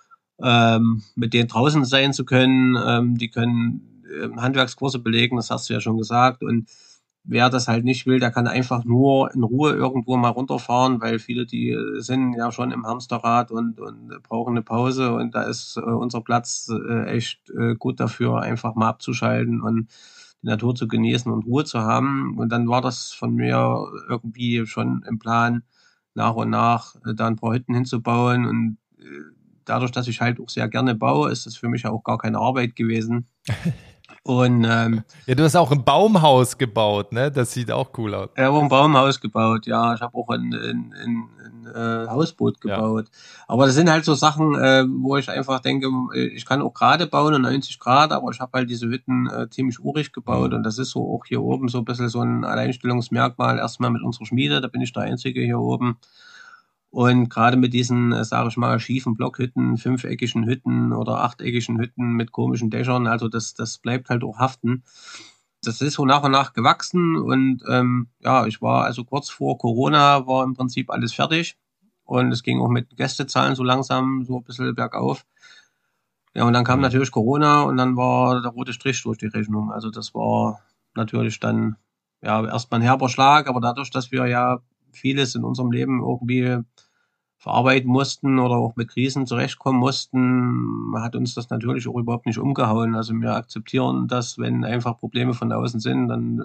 mit denen draußen sein zu können. Die können Handwerkskurse belegen, das hast du ja schon gesagt. Und wer das halt nicht will, der kann einfach nur in Ruhe irgendwo mal runterfahren, weil viele, die sind ja schon im Hamsterrad und brauchen eine Pause. Und da ist unser Platz echt gut dafür, einfach mal abzuschalten und die Natur zu genießen und Ruhe zu haben. Und dann war das von mir irgendwie schon im Plan, nach und nach da ein paar Hütten hinzubauen. Und dadurch, dass ich halt auch sehr gerne baue, ist das für mich auch gar keine Arbeit gewesen. Und ja, du hast auch ein Baumhaus gebaut, ne? Das sieht auch cool aus. Ich habe ein Baumhaus gebaut, ja. Ich habe auch ein Hausboot gebaut. Ja. Aber das sind halt so Sachen, wo ich einfach denke, ich kann auch gerade bauen und 90 Grad, aber ich habe halt diese Hütten ziemlich urig gebaut. Und das ist so auch hier oben so ein bisschen so ein Alleinstellungsmerkmal. Erstmal mit unserer Schmiede, da bin ich der Einzige hier oben. Und gerade mit diesen, sage ich mal, schiefen Blockhütten, 5-eckigen Hütten oder 8-eckigen Hütten mit komischen Dächern, also das bleibt halt auch haften. das ist so nach und nach gewachsen und ja, ich war also kurz vor Corona, war im Prinzip alles fertig und es ging auch mit Gästezahlen so langsam so ein bisschen bergauf. Ja, und dann kam natürlich Corona und dann war der rote Strich durch die Rechnung. Also das war natürlich dann ja erstmal ein herber Schlag, aber dadurch, dass wir ja vieles in unserem Leben irgendwie verarbeiten mussten oder auch mit Krisen zurechtkommen mussten, hat uns das natürlich auch überhaupt nicht umgehauen. Also wir akzeptieren das, wenn einfach Probleme von außen sind, dann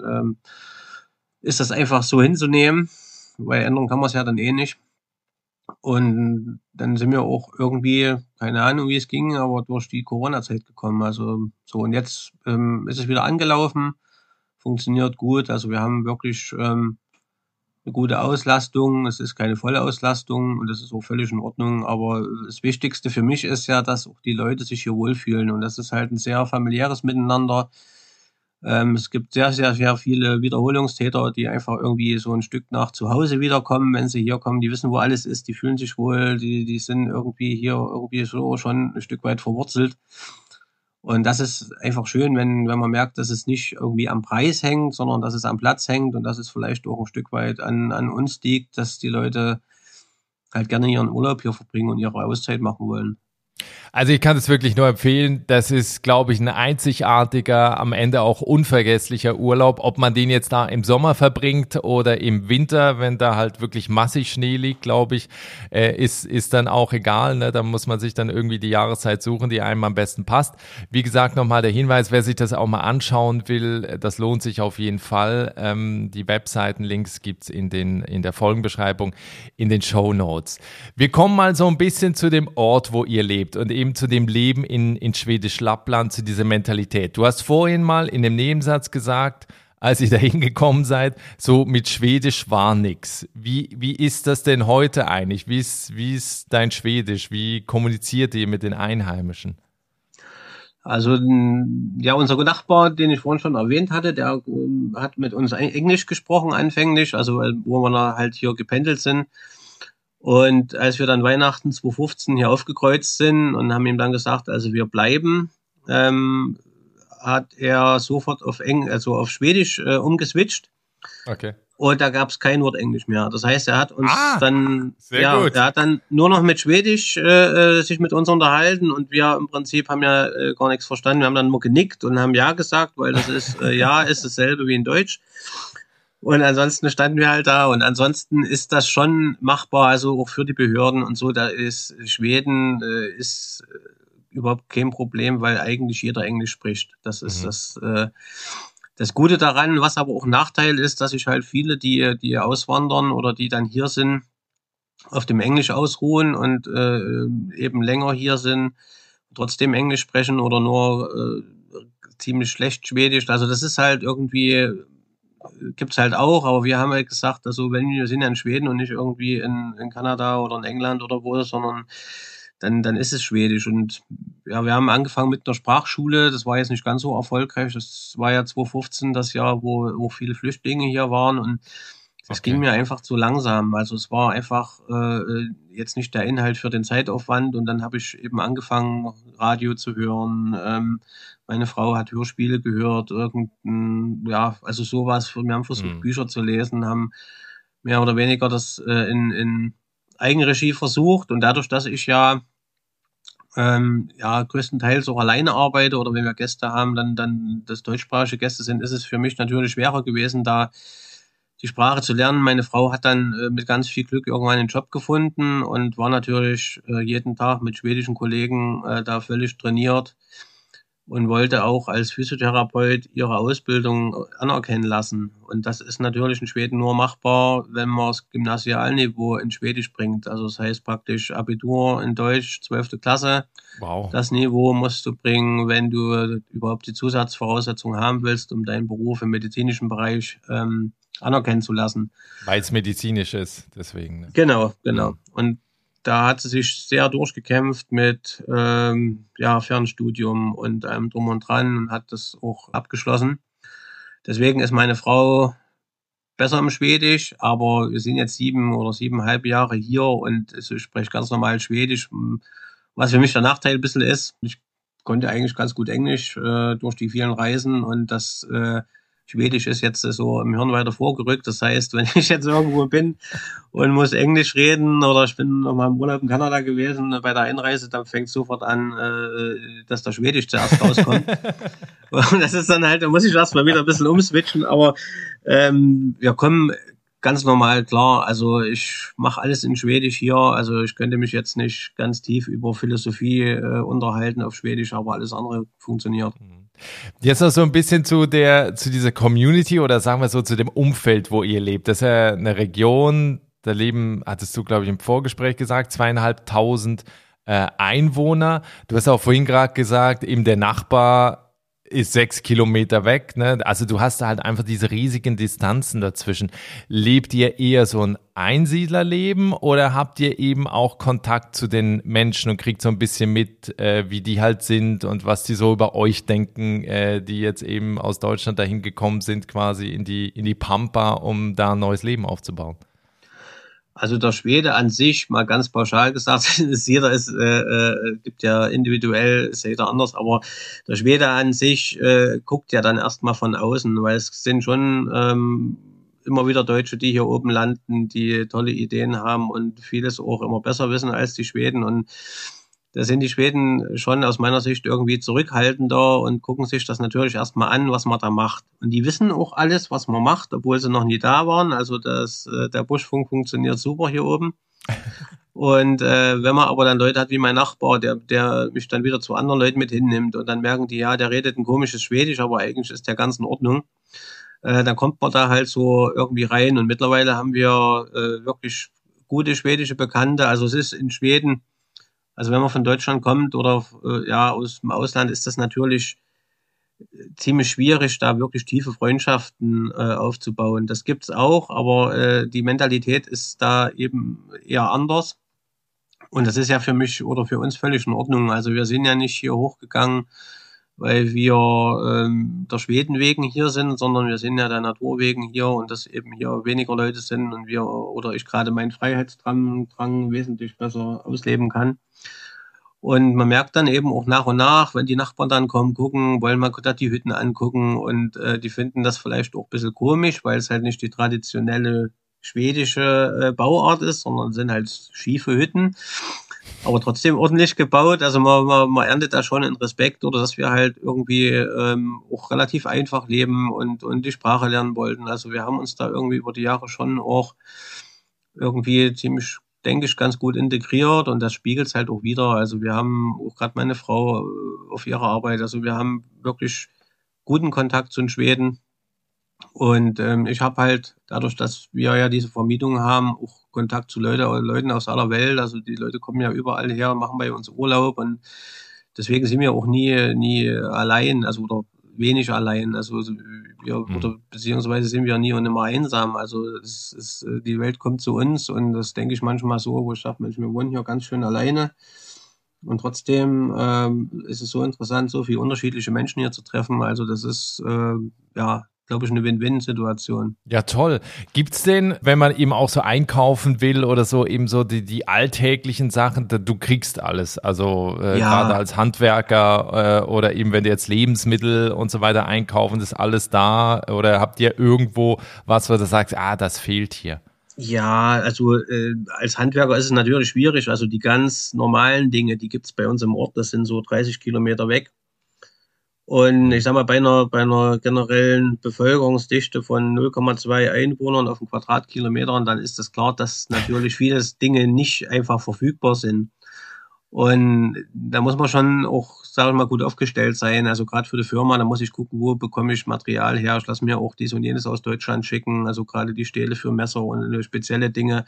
ist das einfach so hinzunehmen, weil ändern kann man es ja dann eh nicht. Und dann sind wir auch irgendwie, keine Ahnung, wie es ging, aber durch die Corona-Zeit gekommen. Also so, und jetzt ist es wieder angelaufen, funktioniert gut. Also wir haben wirklich eine gute Auslastung. Es ist keine volle Auslastung und das ist auch völlig in Ordnung. Aber das Wichtigste für mich ist ja, dass auch die Leute sich hier wohlfühlen. Und das ist halt ein sehr familiäres Miteinander. Es gibt sehr, sehr, sehr viele Wiederholungstäter, die einfach irgendwie so ein Stück nach zu Hause wiederkommen, wenn sie hier kommen. Die wissen, wo alles ist, die fühlen sich wohl, die sind irgendwie hier irgendwie so schon ein Stück weit verwurzelt. Und das ist einfach schön, wenn man merkt, dass es nicht irgendwie am Preis hängt, sondern dass es am Platz hängt und dass es vielleicht auch ein Stück weit an uns liegt, dass die Leute halt gerne ihren Urlaub hier verbringen und ihre Auszeit machen wollen. Also ich kann es wirklich nur empfehlen. Das ist, glaube ich, ein einzigartiger, am Ende auch unvergesslicher Urlaub. Ob man den jetzt da im Sommer verbringt oder im Winter, wenn da halt wirklich massig Schnee liegt, glaube ich, ist dann auch egal. Ne? Da muss man sich dann irgendwie die Jahreszeit suchen, die einem am besten passt. Wie gesagt, nochmal der Hinweis, wer sich das auch mal anschauen will, das lohnt sich auf jeden Fall. Die Webseitenlinks gibt's in der Folgenbeschreibung, in den Shownotes. Wir kommen mal so ein bisschen zu dem Ort, wo ihr lebt und eben zu dem Leben in Schwedisch Lappland, zu dieser Mentalität. Du hast vorhin mal in dem Nebensatz gesagt, als ihr da hingekommen seid, so mit Schwedisch war nix. Wie ist das denn heute eigentlich? Wie ist dein Schwedisch? Wie kommuniziert ihr mit den Einheimischen? Also ja, unser Nachbar, den ich vorhin schon erwähnt hatte, der hat mit uns Englisch gesprochen anfänglich, also wo wir halt hier gependelt sind. Und als wir dann Weihnachten 2015 hier aufgekreuzt sind und haben ihm dann gesagt, also wir bleiben, hat er sofort auf Schwedisch umgeswitcht. Okay. Und da gab es kein Wort Englisch mehr. Das heißt, er hat uns gut. Er hat dann nur noch mit Schwedisch sich mit uns unterhalten und wir im Prinzip haben ja gar nichts verstanden. Wir haben dann nur genickt und haben ja gesagt, weil das ist ja ist dasselbe wie in Deutsch. Und ansonsten standen wir halt da und ansonsten ist das schon machbar, also auch für die Behörden und so, da ist Schweden ist überhaupt kein Problem, weil eigentlich jeder Englisch spricht. Das ist das Gute daran, was aber auch ein Nachteil ist, dass sich halt viele, die auswandern oder die dann hier sind, auf dem Englisch ausruhen und eben länger hier sind, trotzdem Englisch sprechen oder nur ziemlich schlecht Schwedisch. Also das ist halt irgendwie gibt's halt auch, aber wir haben halt gesagt, also wir sind ja in Schweden und nicht irgendwie in Kanada oder in England oder wo, sondern dann ist es Schwedisch. Und ja, wir haben angefangen mit einer Sprachschule, das war jetzt nicht ganz so erfolgreich, das war ja 2015 das Jahr, wo viele Flüchtlinge hier waren und das ging mir einfach zu langsam. Also es war einfach jetzt nicht der Inhalt für den Zeitaufwand und dann habe ich eben angefangen, Radio zu hören. Meine Frau hat Hörspiele gehört, also sowas. Wir haben versucht, Bücher zu lesen, haben mehr oder weniger das in Eigenregie versucht und dadurch, dass ich ja größtenteils auch alleine arbeite oder wenn wir Gäste haben, dann das deutschsprachige Gäste sind, ist es für mich natürlich schwerer gewesen, da die Sprache zu lernen. Meine Frau hat dann mit ganz viel Glück irgendwann einen Job gefunden und war natürlich jeden Tag mit schwedischen Kollegen da völlig trainiert und wollte auch als Physiotherapeut ihre Ausbildung anerkennen lassen. Und das ist natürlich in Schweden nur machbar, wenn man das Gymnasialniveau in Schwedisch bringt. Also das heißt praktisch Abitur in Deutsch, 12. Klasse. Wow. Das Niveau musst du bringen, wenn du überhaupt die Zusatzvoraussetzungen haben willst, um deinen Beruf im medizinischen Bereich anerkennen zu lassen. Weil es medizinisch ist, deswegen. Ne? Genau. Und da hat sie sich sehr durchgekämpft mit Fernstudium und allem drum und dran und hat das auch abgeschlossen. Deswegen ist meine Frau besser im Schwedisch, aber wir sind jetzt 7 oder 7,5 Jahre hier und ich spreche ganz normal Schwedisch, was für mich der Nachteil ein bisschen ist. Ich konnte eigentlich ganz gut Englisch durch die vielen Reisen und das Schwedisch ist jetzt so im Hirn weiter vorgerückt. Das heißt, wenn ich jetzt irgendwo bin und muss Englisch reden oder ich bin noch mal im Urlaub in Kanada gewesen, bei der Einreise, dann fängt es sofort an, dass der Schwedisch zuerst rauskommt. Und das ist dann halt, da muss ich erstmal wieder ein bisschen umswitchen, aber wir kommen ganz normal klar. Also ich mache alles in Schwedisch hier. Also ich könnte mich jetzt nicht ganz tief über Philosophie unterhalten auf Schwedisch, aber alles andere funktioniert. Jetzt noch so ein bisschen zu dieser Community oder sagen wir so zu dem Umfeld, wo ihr lebt. Das ist ja eine Region, da leben, hattest du, glaube ich, im Vorgespräch gesagt, 2.500 Einwohner. Du hast auch vorhin gerade gesagt, eben der Nachbar ist 6 Kilometer weg, ne? Also du hast da halt einfach diese riesigen Distanzen dazwischen. Lebt ihr eher so ein Einsiedlerleben oder habt ihr eben auch Kontakt zu den Menschen und kriegt so ein bisschen mit, wie die halt sind und was die so über euch denken, die jetzt eben aus Deutschland dahin gekommen sind, quasi in die Pampa, um da ein neues Leben aufzubauen? Also der Schwede an sich, mal ganz pauschal gesagt, gibt ja individuell, ist jeder anders, aber der Schwede an sich guckt ja dann erstmal von außen, weil es sind schon immer wieder Deutsche, die hier oben landen, die tolle Ideen haben und vieles auch immer besser wissen als die Schweden. Und da sind die Schweden schon aus meiner Sicht irgendwie zurückhaltender und gucken sich das natürlich erstmal an, was man da macht. Und die wissen auch alles, was man macht, obwohl sie noch nie da waren. Also der Buschfunk funktioniert super hier oben. Und wenn man aber dann Leute hat wie mein Nachbar, der mich dann wieder zu anderen Leuten mit hinnimmt und dann merken die, ja, der redet ein komisches Schwedisch, aber eigentlich ist der ganz in Ordnung. Dann kommt man da halt so irgendwie rein. Und mittlerweile haben wir wirklich gute schwedische Bekannte. Also es ist in Schweden, also wenn man von Deutschland kommt oder aus dem Ausland, ist das natürlich ziemlich schwierig, da wirklich tiefe Freundschaften aufzubauen. Das gibt's auch, aber die Mentalität ist da eben eher anders. Und das ist ja für mich oder für uns völlig in Ordnung. Also wir sind ja nicht hier hochgegangen, weil wir der Schweden wegen hier sind, sondern wir sind ja der Natur wegen hier und dass eben hier weniger Leute sind und wir oder ich gerade meinen Freiheitsdrang wesentlich besser ausleben kann. Und man merkt dann eben auch nach und nach, wenn die Nachbarn dann kommen, gucken, wollen mal da die Hütten angucken und die finden das vielleicht auch ein bisschen komisch, weil es halt nicht die traditionelle schwedische Bauart ist, sondern sind halt schiefe Hütten, aber trotzdem ordentlich gebaut. Also man erntet da schon einen Respekt oder dass wir halt irgendwie auch relativ einfach leben und die Sprache lernen wollten. Also wir haben uns da irgendwie über die Jahre schon auch irgendwie ziemlich, denke ich, ganz gut integriert und das spiegelt es halt auch wieder. Also wir haben auch gerade meine Frau auf ihrer Arbeit, also wir haben wirklich guten Kontakt zu den Schweden. Und ich habe halt, dadurch, dass wir ja diese Vermietung haben, auch Kontakt zu Leuten aus aller Welt. Also die Leute kommen ja überall her, machen bei uns Urlaub und deswegen sind wir auch nie allein, also oder wenig allein. Also oder beziehungsweise sind wir nie und immer einsam. Also die Welt kommt zu uns und das denke ich manchmal so, wo ich sage, Mensch, wir wohnen hier ganz schön alleine. Und trotzdem ist es so interessant, so viele unterschiedliche Menschen hier zu treffen. Also das ist glaube ich, eine Win-Win-Situation. Ja, toll. Gibt's denn, wenn man eben auch so einkaufen will oder so, eben so die alltäglichen Sachen, du kriegst alles, also gerade als Handwerker oder eben wenn du jetzt Lebensmittel und so weiter einkaufen, ist alles da oder habt ihr irgendwo was, wo du sagst, das fehlt hier? Ja, also als Handwerker ist es natürlich schwierig, also die ganz normalen Dinge, die gibt's bei uns im Ort, das sind so 30 Kilometer weg. Und ich sag mal, bei einer generellen Bevölkerungsdichte von 0,2 Einwohnern auf einen Quadratkilometer, dann ist das klar, dass natürlich viele Dinge nicht einfach verfügbar sind. Und da muss man schon auch, sage ich mal, gut aufgestellt sein. Also gerade für die Firma, da muss ich gucken, wo bekomme ich Material her. Ich lasse mir auch dies und jenes aus Deutschland schicken. Also gerade die Stähle für Messer und spezielle Dinge,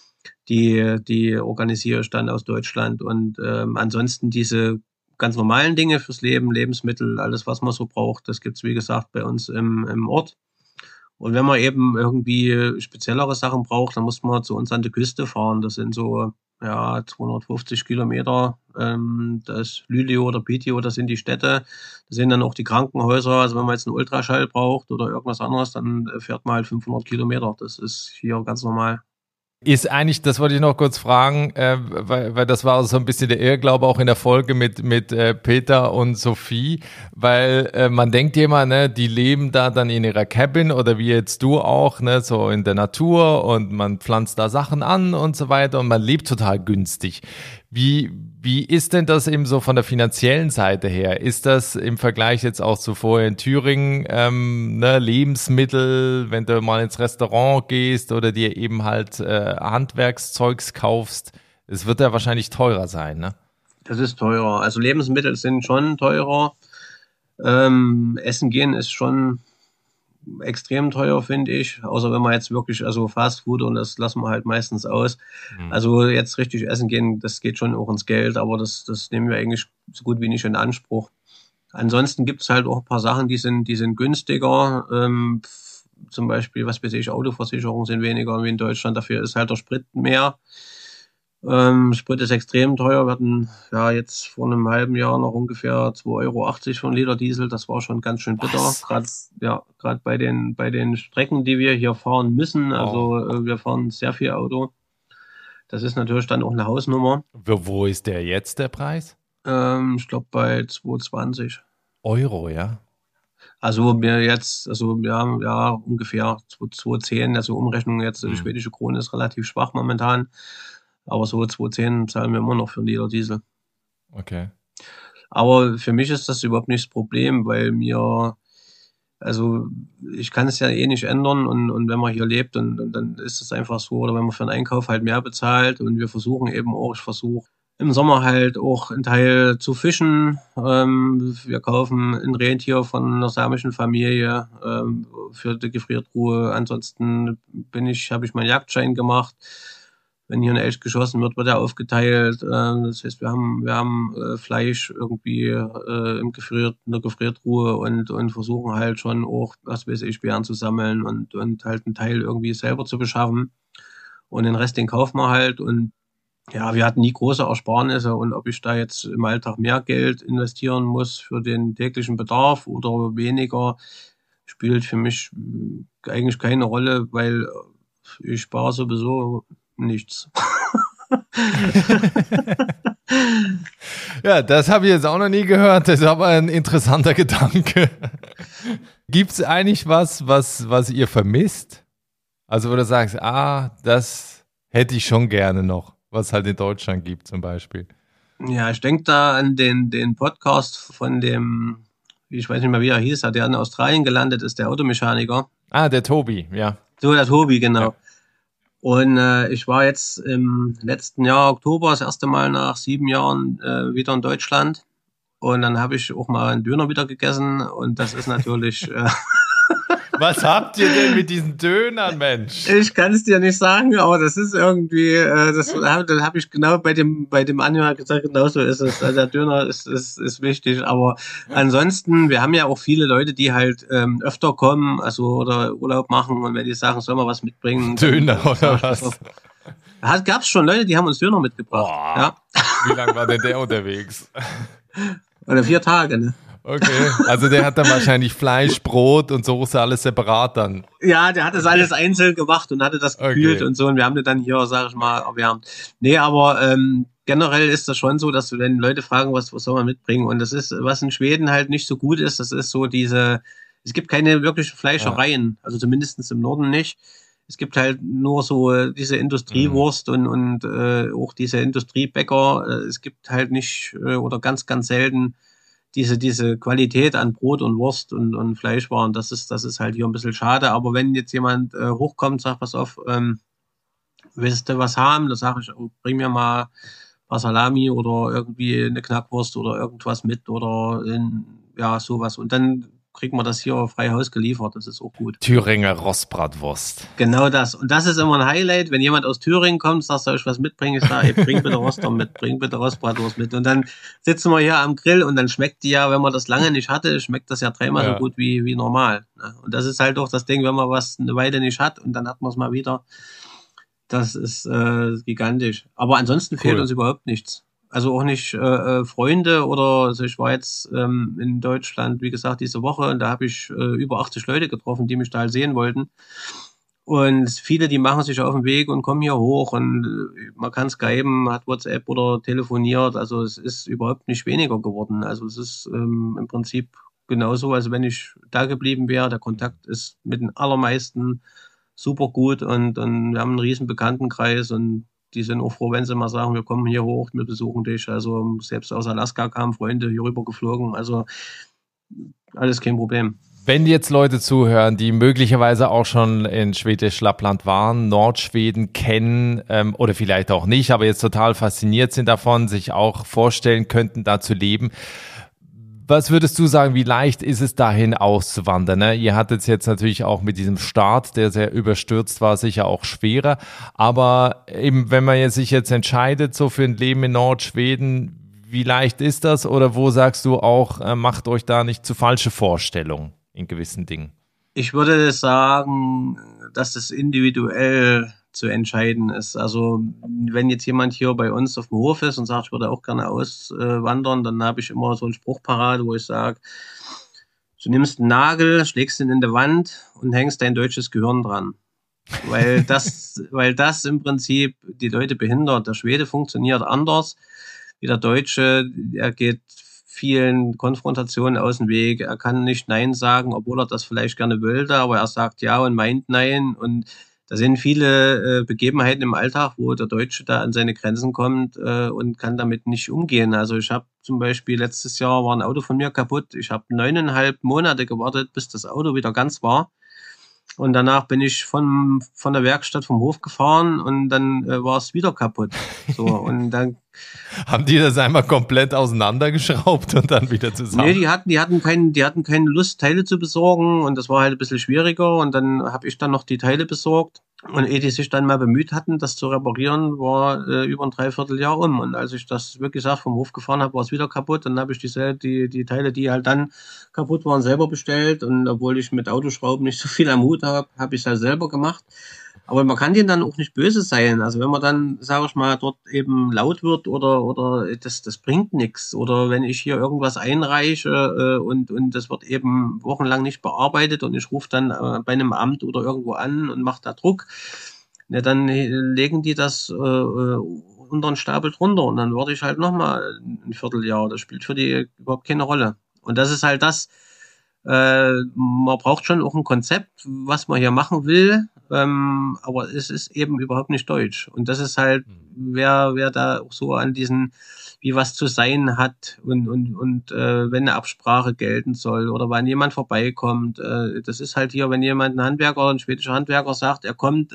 die organisiere ich dann aus Deutschland. Und ansonsten diese ganz normalen Dinge fürs Leben, Lebensmittel, alles, was man so braucht, das gibt's wie gesagt, bei uns im Ort. Und wenn man eben irgendwie speziellere Sachen braucht, dann muss man zu uns an die Küste fahren. Das sind so 250 Kilometer. Das Luleå oder Piteå, das sind die Städte. Das sind dann auch die Krankenhäuser. Also wenn man jetzt einen Ultraschall braucht oder irgendwas anderes, dann fährt man halt 500 Kilometer. Das ist hier ganz normal. Ist eigentlich, das wollte ich noch kurz fragen, weil das war so ein bisschen der Irrglaube auch in der Folge mit Peter und Sophie, weil man denkt ja immer, ne, die leben da dann in ihrer Cabin oder wie jetzt du auch, ne, so in der Natur und man pflanzt da Sachen an und so weiter und man lebt total günstig. Wie ist denn das eben so von der finanziellen Seite her? Ist das im Vergleich jetzt auch zu vorher in Thüringen, ne, Lebensmittel, wenn du mal ins Restaurant gehst oder dir eben halt Handwerkszeugs kaufst, es wird ja wahrscheinlich teurer sein, ne? Das ist teurer. Also Lebensmittel sind schon teurer. Essen gehen ist schon extrem teuer, finde ich. Außer wenn man jetzt wirklich, also Fast Food, und das lassen wir halt meistens aus. Also jetzt richtig essen gehen, das geht schon auch ins Geld, aber das nehmen wir eigentlich so gut wie nicht in Anspruch. Ansonsten gibt es halt auch ein paar Sachen, die sind günstiger. Zum Beispiel, was weiß ich, Autoversicherungen sind weniger wie in Deutschland. Dafür ist halt der Sprit mehr. Sprit ist extrem teuer. Wir hatten ja jetzt vor einem halben Jahr noch ungefähr 2,80 € für einen Liter Diesel. Das war schon ganz schön bitter. Gerade bei den Strecken, die wir hier fahren müssen. Also wir fahren sehr viel Auto. Das ist natürlich dann auch eine Hausnummer. Wo ist der jetzt, der Preis? Ich glaube bei 2,20 Euro, ja? Also wir haben ja ungefähr 2,10, also Umrechnung jetzt, die schwedische Krone ist relativ schwach momentan. Aber so 2,10 zahlen wir immer noch für einen Liter Diesel. Okay. Aber für mich ist das überhaupt nicht das Problem, weil ich kann es ja eh nicht ändern und wenn man hier lebt und dann ist es einfach so, oder wenn man für einen Einkauf halt mehr bezahlt und ich versuche im Sommer halt auch einen Teil zu fischen. Wir kaufen ein Rentier von einer samischen Familie für die Gefriertruhe. Ansonsten habe ich meinen Jagdschein gemacht. Wenn hier ein Elch geschossen wird, wird er aufgeteilt. Das heißt, wir haben Fleisch irgendwie in der Gefriertruhe und versuchen halt schon auch, was weiß ich, Beeren zu sammeln und halt einen Teil irgendwie selber zu beschaffen. Und den Rest, den kaufen wir halt. Und ja, wir hatten nie große Ersparnisse. Und ob ich da jetzt im Alltag mehr Geld investieren muss für den täglichen Bedarf oder weniger, spielt für mich eigentlich keine Rolle, weil ich spare sowieso nichts. Ja, das habe ich jetzt auch noch nie gehört. Das ist aber ein interessanter Gedanke. Gibt es eigentlich was ihr vermisst? Also wo du sagst, das hätte ich schon gerne noch, was halt in Deutschland gibt zum Beispiel. Ja, ich denke da an den Podcast von dem, ich weiß nicht mehr, wie er hieß, der in Australien gelandet ist, der Automechaniker. Der Tobi, ja. So, der Tobi, genau. Ja. Und ich war jetzt im letzten Jahr Oktober das erste Mal nach 7 Jahren wieder in Deutschland. Und dann habe ich auch mal einen Döner wieder gegessen. Und das ist natürlich... Was habt ihr denn mit diesen Dönern, Mensch? Ich kann es dir nicht sagen, aber das ist irgendwie... das habe ich genau bei dem Anhörer gesagt, genauso ist es. Also der Döner ist wichtig. Aber ansonsten, wir haben ja auch viele Leute, die halt öfter kommen, also oder Urlaub machen. Und wenn die sagen, soll man was mitbringen... Döner oder was? Gab es schon Leute, die haben uns Döner mitgebracht. Boah, ja. Wie lange war denn der unterwegs? Oder 4 Tage, ne? Okay, also der hat dann wahrscheinlich Fleisch, Brot und Soße alles separat dann. Ja, der hat das alles einzeln gemacht und hatte das gekühlt und so. Und wir haben das dann hier, sag ich mal, erwärmt. Nee, aber generell ist das schon so, dass wenn Leute fragen, was soll man mitbringen? Und das ist, was in Schweden halt nicht so gut ist, das ist so es gibt keine wirklichen Fleischereien, also zumindest im Norden nicht. Es gibt halt nur so diese Industriewurst und auch diese Industriebäcker. Es gibt halt nicht oder ganz, ganz selten diese Qualität an Brot und Wurst und Fleischwaren. Das ist halt hier ein bisschen schade. Aber wenn jetzt jemand hochkommt und sagt, pass auf, willst du was haben? Da sage ich, bring mir mal ein paar Salami oder irgendwie eine Knackwurst oder irgendwas mit oder sowas. Und dann kriegt man das hier frei Haus geliefert. Das ist auch gut. Thüringer Rostbratwurst. Genau das. Und das ist immer ein Highlight. Wenn jemand aus Thüringen kommt, sagt, soll ich was mitbringen? Ich sage, bring bitte Roster mit, bring bitte Rostbratwurst mit. Und dann sitzen wir hier am Grill und dann schmeckt die ja, wenn man das lange nicht hatte, schmeckt das ja 3-mal so gut wie normal. Und das ist halt auch das Ding, wenn man was eine Weile nicht hat und dann hat man es mal wieder. Das ist gigantisch. Aber ansonsten fehlt uns überhaupt nichts. Also auch nicht Freunde also ich war jetzt in Deutschland, wie gesagt, diese Woche und da habe ich über 80 Leute getroffen, die mich da halt sehen wollten. Und viele, die machen sich auf den Weg und kommen hier hoch und man kann skypen, hat WhatsApp oder telefoniert. Also es ist überhaupt nicht weniger geworden. Also es ist im Prinzip genauso, als wenn ich da geblieben wäre. Der Kontakt ist mit den allermeisten super gut und wir haben einen riesen Bekanntenkreis und die sind auch froh, wenn sie mal sagen, wir kommen hier hoch, wir besuchen dich. Also selbst aus Alaska kamen Freunde hier rüber geflogen. Also alles kein Problem. Wenn jetzt Leute zuhören, die möglicherweise auch schon in Schwedisch Lappland waren, Nordschweden kennen oder vielleicht auch nicht, aber jetzt total fasziniert sind davon, sich auch vorstellen könnten, da zu leben. Was würdest du sagen, wie leicht ist es dahin auszuwandern? Ne? Ihr hattet es jetzt natürlich auch mit diesem Start, der sehr überstürzt war, sicher auch schwerer. Aber eben, wenn man sich jetzt entscheidet, so für ein Leben in Nordschweden, wie leicht ist das? Oder wo sagst du auch, macht euch da nicht zu falsche Vorstellungen in gewissen Dingen? Ich würde sagen, dass das individuell zu entscheiden ist. Also wenn jetzt jemand hier bei uns auf dem Hof ist und sagt, ich würde auch gerne auswandern, dann habe ich immer so einen Spruch parat, wo ich sage, du nimmst einen Nagel, schlägst ihn in die Wand und hängst dein deutsches Gehirn dran. Weil das im Prinzip die Leute behindert. Der Schwede funktioniert anders wie der Deutsche. Er geht vielen Konfrontationen aus dem Weg. Er kann nicht Nein sagen, obwohl er das vielleicht gerne wollte, aber er sagt Ja und meint Nein. Und da sind viele Begebenheiten im Alltag, wo der Deutsche da an seine Grenzen kommt und kann damit nicht umgehen. Also ich habe zum Beispiel letztes Jahr war ein Auto von mir kaputt. Ich habe 9,5 Monate gewartet, bis das Auto wieder ganz war. Und danach bin ich von der Werkstatt vom Hof gefahren und dann war es wieder kaputt. So, und dann haben die das einmal komplett auseinandergeschraubt und dann wieder zusammen? Nee, die hatten keine Lust, Teile zu besorgen und das war halt ein bisschen schwieriger und dann habe ich dann noch die Teile besorgt und ehe die sich dann mal bemüht hatten, das zu reparieren, war über ein Dreivierteljahr um und als ich das wirklich gesagt vom Hof gefahren habe, war es wieder kaputt. Dann habe ich die Teile, die halt dann kaputt waren, selber bestellt und obwohl ich mit Autoschrauben nicht so viel am Hut habe, habe ich es halt selber gemacht. Aber man kann denen dann auch nicht böse sein. Also wenn man dann, sage ich mal, dort eben laut wird oder das bringt nichts. Oder wenn ich hier irgendwas einreiche und das wird eben wochenlang nicht bearbeitet und ich rufe dann bei einem Amt oder irgendwo an und mache da Druck, ne, dann legen die das unter einen Stapel drunter und dann warte ich halt nochmal ein Vierteljahr. Das spielt für die überhaupt keine Rolle. Und das ist halt das, man braucht schon auch ein Konzept, was man hier machen will, aber es ist eben überhaupt nicht deutsch. Und das ist halt, wer da auch so an diesen, wie was zu sein hat und wenn eine Absprache gelten soll oder wann jemand vorbeikommt. Das ist halt hier, wenn jemand ein schwedischer Handwerker sagt, er kommt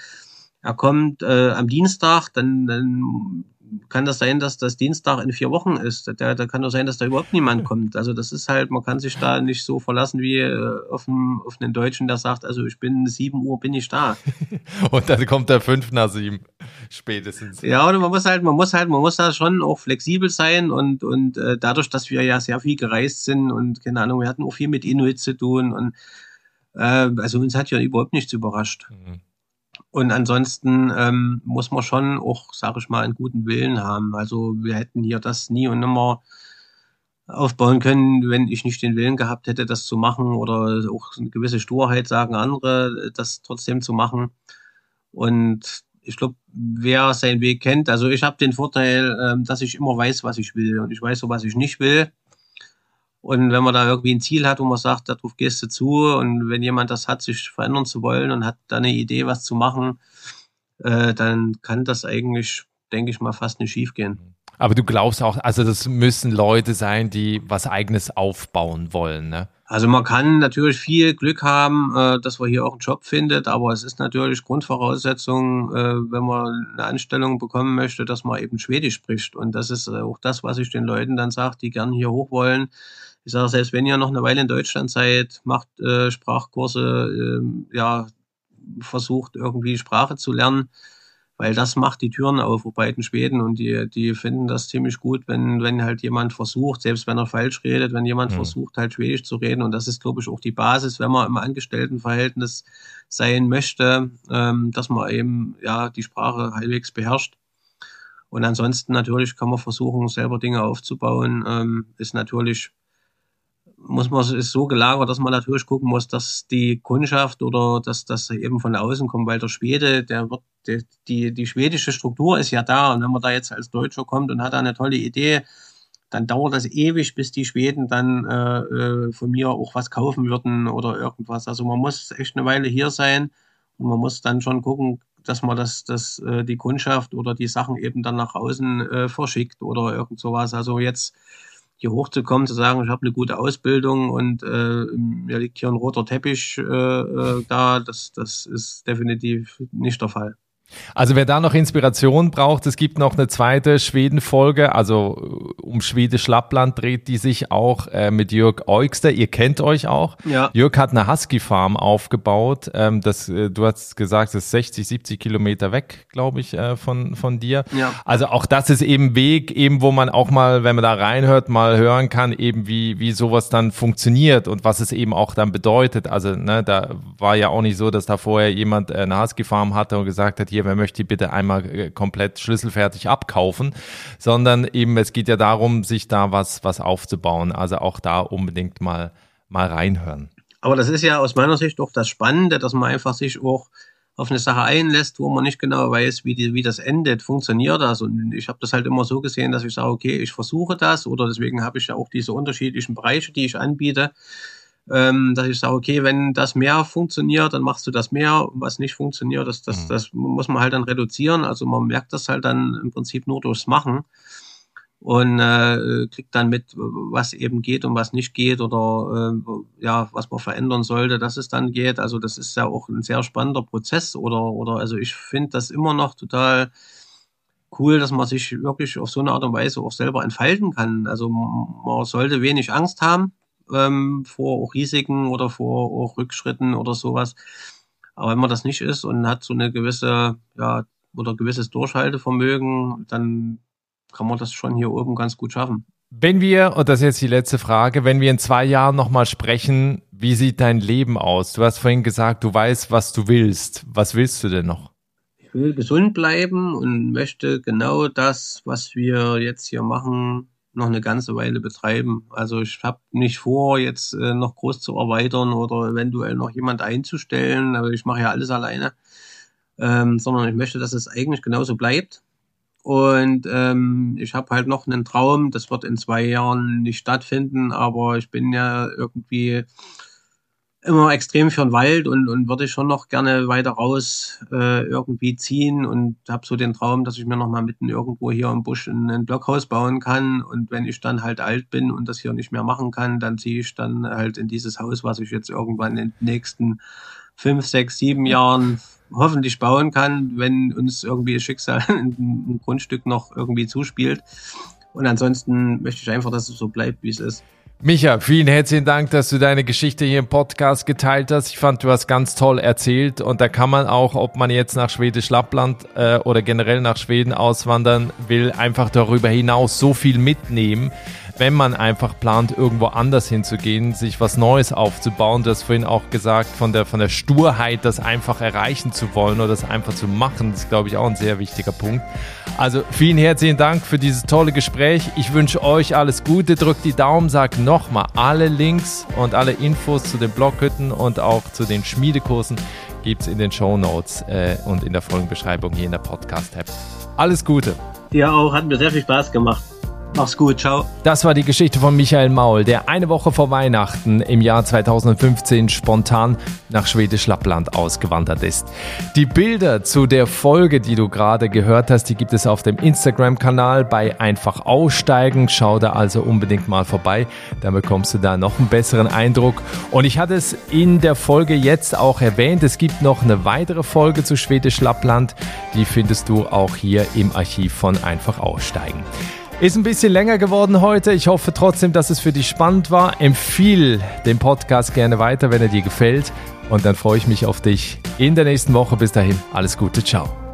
am Dienstag, dann kann das sein, dass das Dienstag in 4 Wochen ist. Da kann doch sein, dass da überhaupt niemand kommt. Also das ist halt, man kann sich da nicht so verlassen wie auf einen Deutschen, der sagt, also ich bin 7 Uhr, bin ich da. Und dann kommt der 5 nach 7 spätestens. Ja, und man muss da schon auch flexibel sein und dadurch, dass wir ja sehr viel gereist sind und keine Ahnung, wir hatten auch viel mit Inuit zu tun und also uns hat ja überhaupt nichts überrascht. Mhm. Und ansonsten muss man schon auch, sage ich mal, einen guten Willen haben. Also wir hätten hier das nie und nimmer aufbauen können, wenn ich nicht den Willen gehabt hätte, das zu machen oder auch eine gewisse Sturheit, sagen andere, das trotzdem zu machen. Und ich glaube, wer seinen Weg kennt, also ich habe den Vorteil, dass ich immer weiß, was ich will und ich weiß so, was ich nicht will. Und wenn man da irgendwie ein Ziel hat, wo man sagt, darauf gehst du zu und wenn jemand das hat, sich verändern zu wollen und hat da eine Idee, was zu machen, dann kann das eigentlich, denke ich mal, fast nicht schief gehen. Aber du glaubst auch, also das müssen Leute sein, die was Eigenes aufbauen wollen, ne? Also man kann natürlich viel Glück haben, dass man hier auch einen Job findet, aber es ist natürlich Grundvoraussetzung, wenn man eine Anstellung bekommen möchte, dass man eben Schwedisch spricht. Und das ist auch das, was ich den Leuten dann sage, die gerne hier hoch wollen. Ich sage, selbst wenn ihr noch eine Weile in Deutschland seid, macht Sprachkurse, versucht irgendwie Sprache zu lernen, weil das macht die Türen auf bei den Schweden und die finden das ziemlich gut, wenn halt jemand versucht, selbst wenn er falsch redet, wenn jemand versucht halt Schwedisch zu reden und das ist, glaube ich, auch die Basis, wenn man im Angestelltenverhältnis sein möchte, dass man eben die Sprache halbwegs beherrscht. Und ansonsten natürlich kann man versuchen, selber Dinge aufzubauen, ist natürlich ist so gelagert, dass man natürlich gucken muss, dass die Kundschaft oder dass das eben von außen kommt, weil der Schwede, die schwedische Struktur ist ja da, und wenn man da jetzt als Deutscher kommt und hat da eine tolle Idee, dann dauert das ewig, bis die Schweden dann von mir auch was kaufen würden oder irgendwas. Also man muss echt eine Weile hier sein und man muss dann schon gucken, dass man die Kundschaft oder die Sachen eben dann nach außen verschickt oder irgend sowas. Also jetzt hier hochzukommen, zu sagen, ich habe eine gute Ausbildung und mir liegt hier ein roter Teppich da, das ist definitiv nicht der Fall. Also wer da noch Inspiration braucht, es gibt noch eine zweite Schweden-Folge, also um Schwedisch Lappland dreht die sich auch mit Jörg Eugster. Ihr kennt euch auch. Ja. Jörg hat eine Husky-Farm aufgebaut. Du hast gesagt, das ist 60, 70 Kilometer weg, glaube ich, von dir. Ja. Also auch das ist eben Weg, eben wo man auch mal, wenn man da reinhört, mal hören kann, eben wie sowas dann funktioniert und was es eben auch dann bedeutet. Also da war ja auch nicht so, dass da vorher jemand eine Husky-Farm hatte und gesagt hat, hier, wer möchte die bitte einmal komplett schlüsselfertig abkaufen, sondern eben es geht ja darum, sich da was aufzubauen. Also auch da unbedingt mal reinhören. Aber das ist ja aus meiner Sicht auch das Spannende, dass man einfach sich auch auf eine Sache einlässt, wo man nicht genau weiß, wie das endet, funktioniert das. Und ich habe das halt immer so gesehen, dass ich sage, okay, ich versuche das, oder deswegen habe ich ja auch diese unterschiedlichen Bereiche, die ich anbiete, dass ich sage, okay, wenn das mehr funktioniert, dann machst du das mehr, was nicht funktioniert, das muss man halt dann reduzieren, also man merkt das halt dann im Prinzip nur durchs Machen und kriegt dann mit, was eben geht und was nicht geht oder was man verändern sollte, dass es dann geht, also das ist ja auch ein sehr spannender Prozess oder also ich finde das immer noch total cool, dass man sich wirklich auf so eine Art und Weise auch selber entfalten kann, also man sollte wenig Angst haben, vor auch Risiken oder vor auch Rückschritten oder sowas. Aber wenn man das nicht ist und hat so eine gewisse, oder gewisses Durchhaltevermögen, dann kann man das schon hier oben ganz gut schaffen. Wenn wir, und das ist jetzt die letzte Frage, wenn wir in 2 Jahren nochmal sprechen, wie sieht dein Leben aus? Du hast vorhin gesagt, du weißt, was du willst. Was willst du denn noch? Ich will gesund bleiben und möchte genau das, was wir jetzt hier machen, noch eine ganze Weile betreiben. Also ich habe nicht vor, jetzt noch groß zu erweitern oder eventuell noch jemand einzustellen. Also ich mache ja alles alleine, sondern ich möchte, dass es eigentlich genauso bleibt. Und ich habe halt noch einen Traum, das wird in 2 Jahren nicht stattfinden, aber ich bin ja irgendwie immer extrem für den Wald und würde schon noch gerne weiter raus irgendwie ziehen und habe so den Traum, dass ich mir noch mal mitten irgendwo hier im Busch ein Blockhaus bauen kann, und wenn ich dann halt alt bin und das hier nicht mehr machen kann, dann ziehe ich dann halt in dieses Haus, was ich jetzt irgendwann in den nächsten 5, 6, 7 Jahren hoffentlich bauen kann, wenn uns irgendwie das Schicksal ein Grundstück noch irgendwie zuspielt. Und ansonsten möchte ich einfach, dass es so bleibt, wie es ist. Micha, vielen herzlichen Dank, dass du deine Geschichte hier im Podcast geteilt hast. Ich fand, du hast ganz toll erzählt, und da kann man auch, ob man jetzt nach Schwedisch Lappland oder generell nach Schweden auswandern will, einfach darüber hinaus so viel mitnehmen, wenn man einfach plant, irgendwo anders hinzugehen, sich was Neues aufzubauen. Du hast vorhin auch gesagt, von der Sturheit, das einfach erreichen zu wollen oder das einfach zu machen, das ist, glaube ich, auch ein sehr wichtiger Punkt. Also vielen herzlichen Dank für dieses tolle Gespräch. Ich wünsche euch alles Gute, drückt die Daumen, sagt nochmal, alle Links und alle Infos zu den Blockhütten und auch zu den Schmiedekursen gibt es in den Shownotes und in der Folgenbeschreibung hier in der Podcast-App. Alles Gute. Dir auch, hat mir sehr viel Spaß gemacht. Mach's gut, ciao. Das war die Geschichte von Michael Maul, der eine Woche vor Weihnachten im Jahr 2015 spontan nach Schwedisch Lappland ausgewandert ist. Die Bilder zu der Folge, die du gerade gehört hast, die gibt es auf dem Instagram-Kanal bei Einfach Aussteigen. Schau da also unbedingt mal vorbei, dann bekommst du da noch einen besseren Eindruck. Und ich hatte es in der Folge jetzt auch erwähnt, es gibt noch eine weitere Folge zu Schwedisch Lappland, die findest du auch hier im Archiv von Einfach Aussteigen. Ist ein bisschen länger geworden heute. Ich hoffe trotzdem, dass es für dich spannend war. Empfiehl den Podcast gerne weiter, wenn er dir gefällt. Und dann freue ich mich auf dich in der nächsten Woche. Bis dahin, alles Gute, ciao.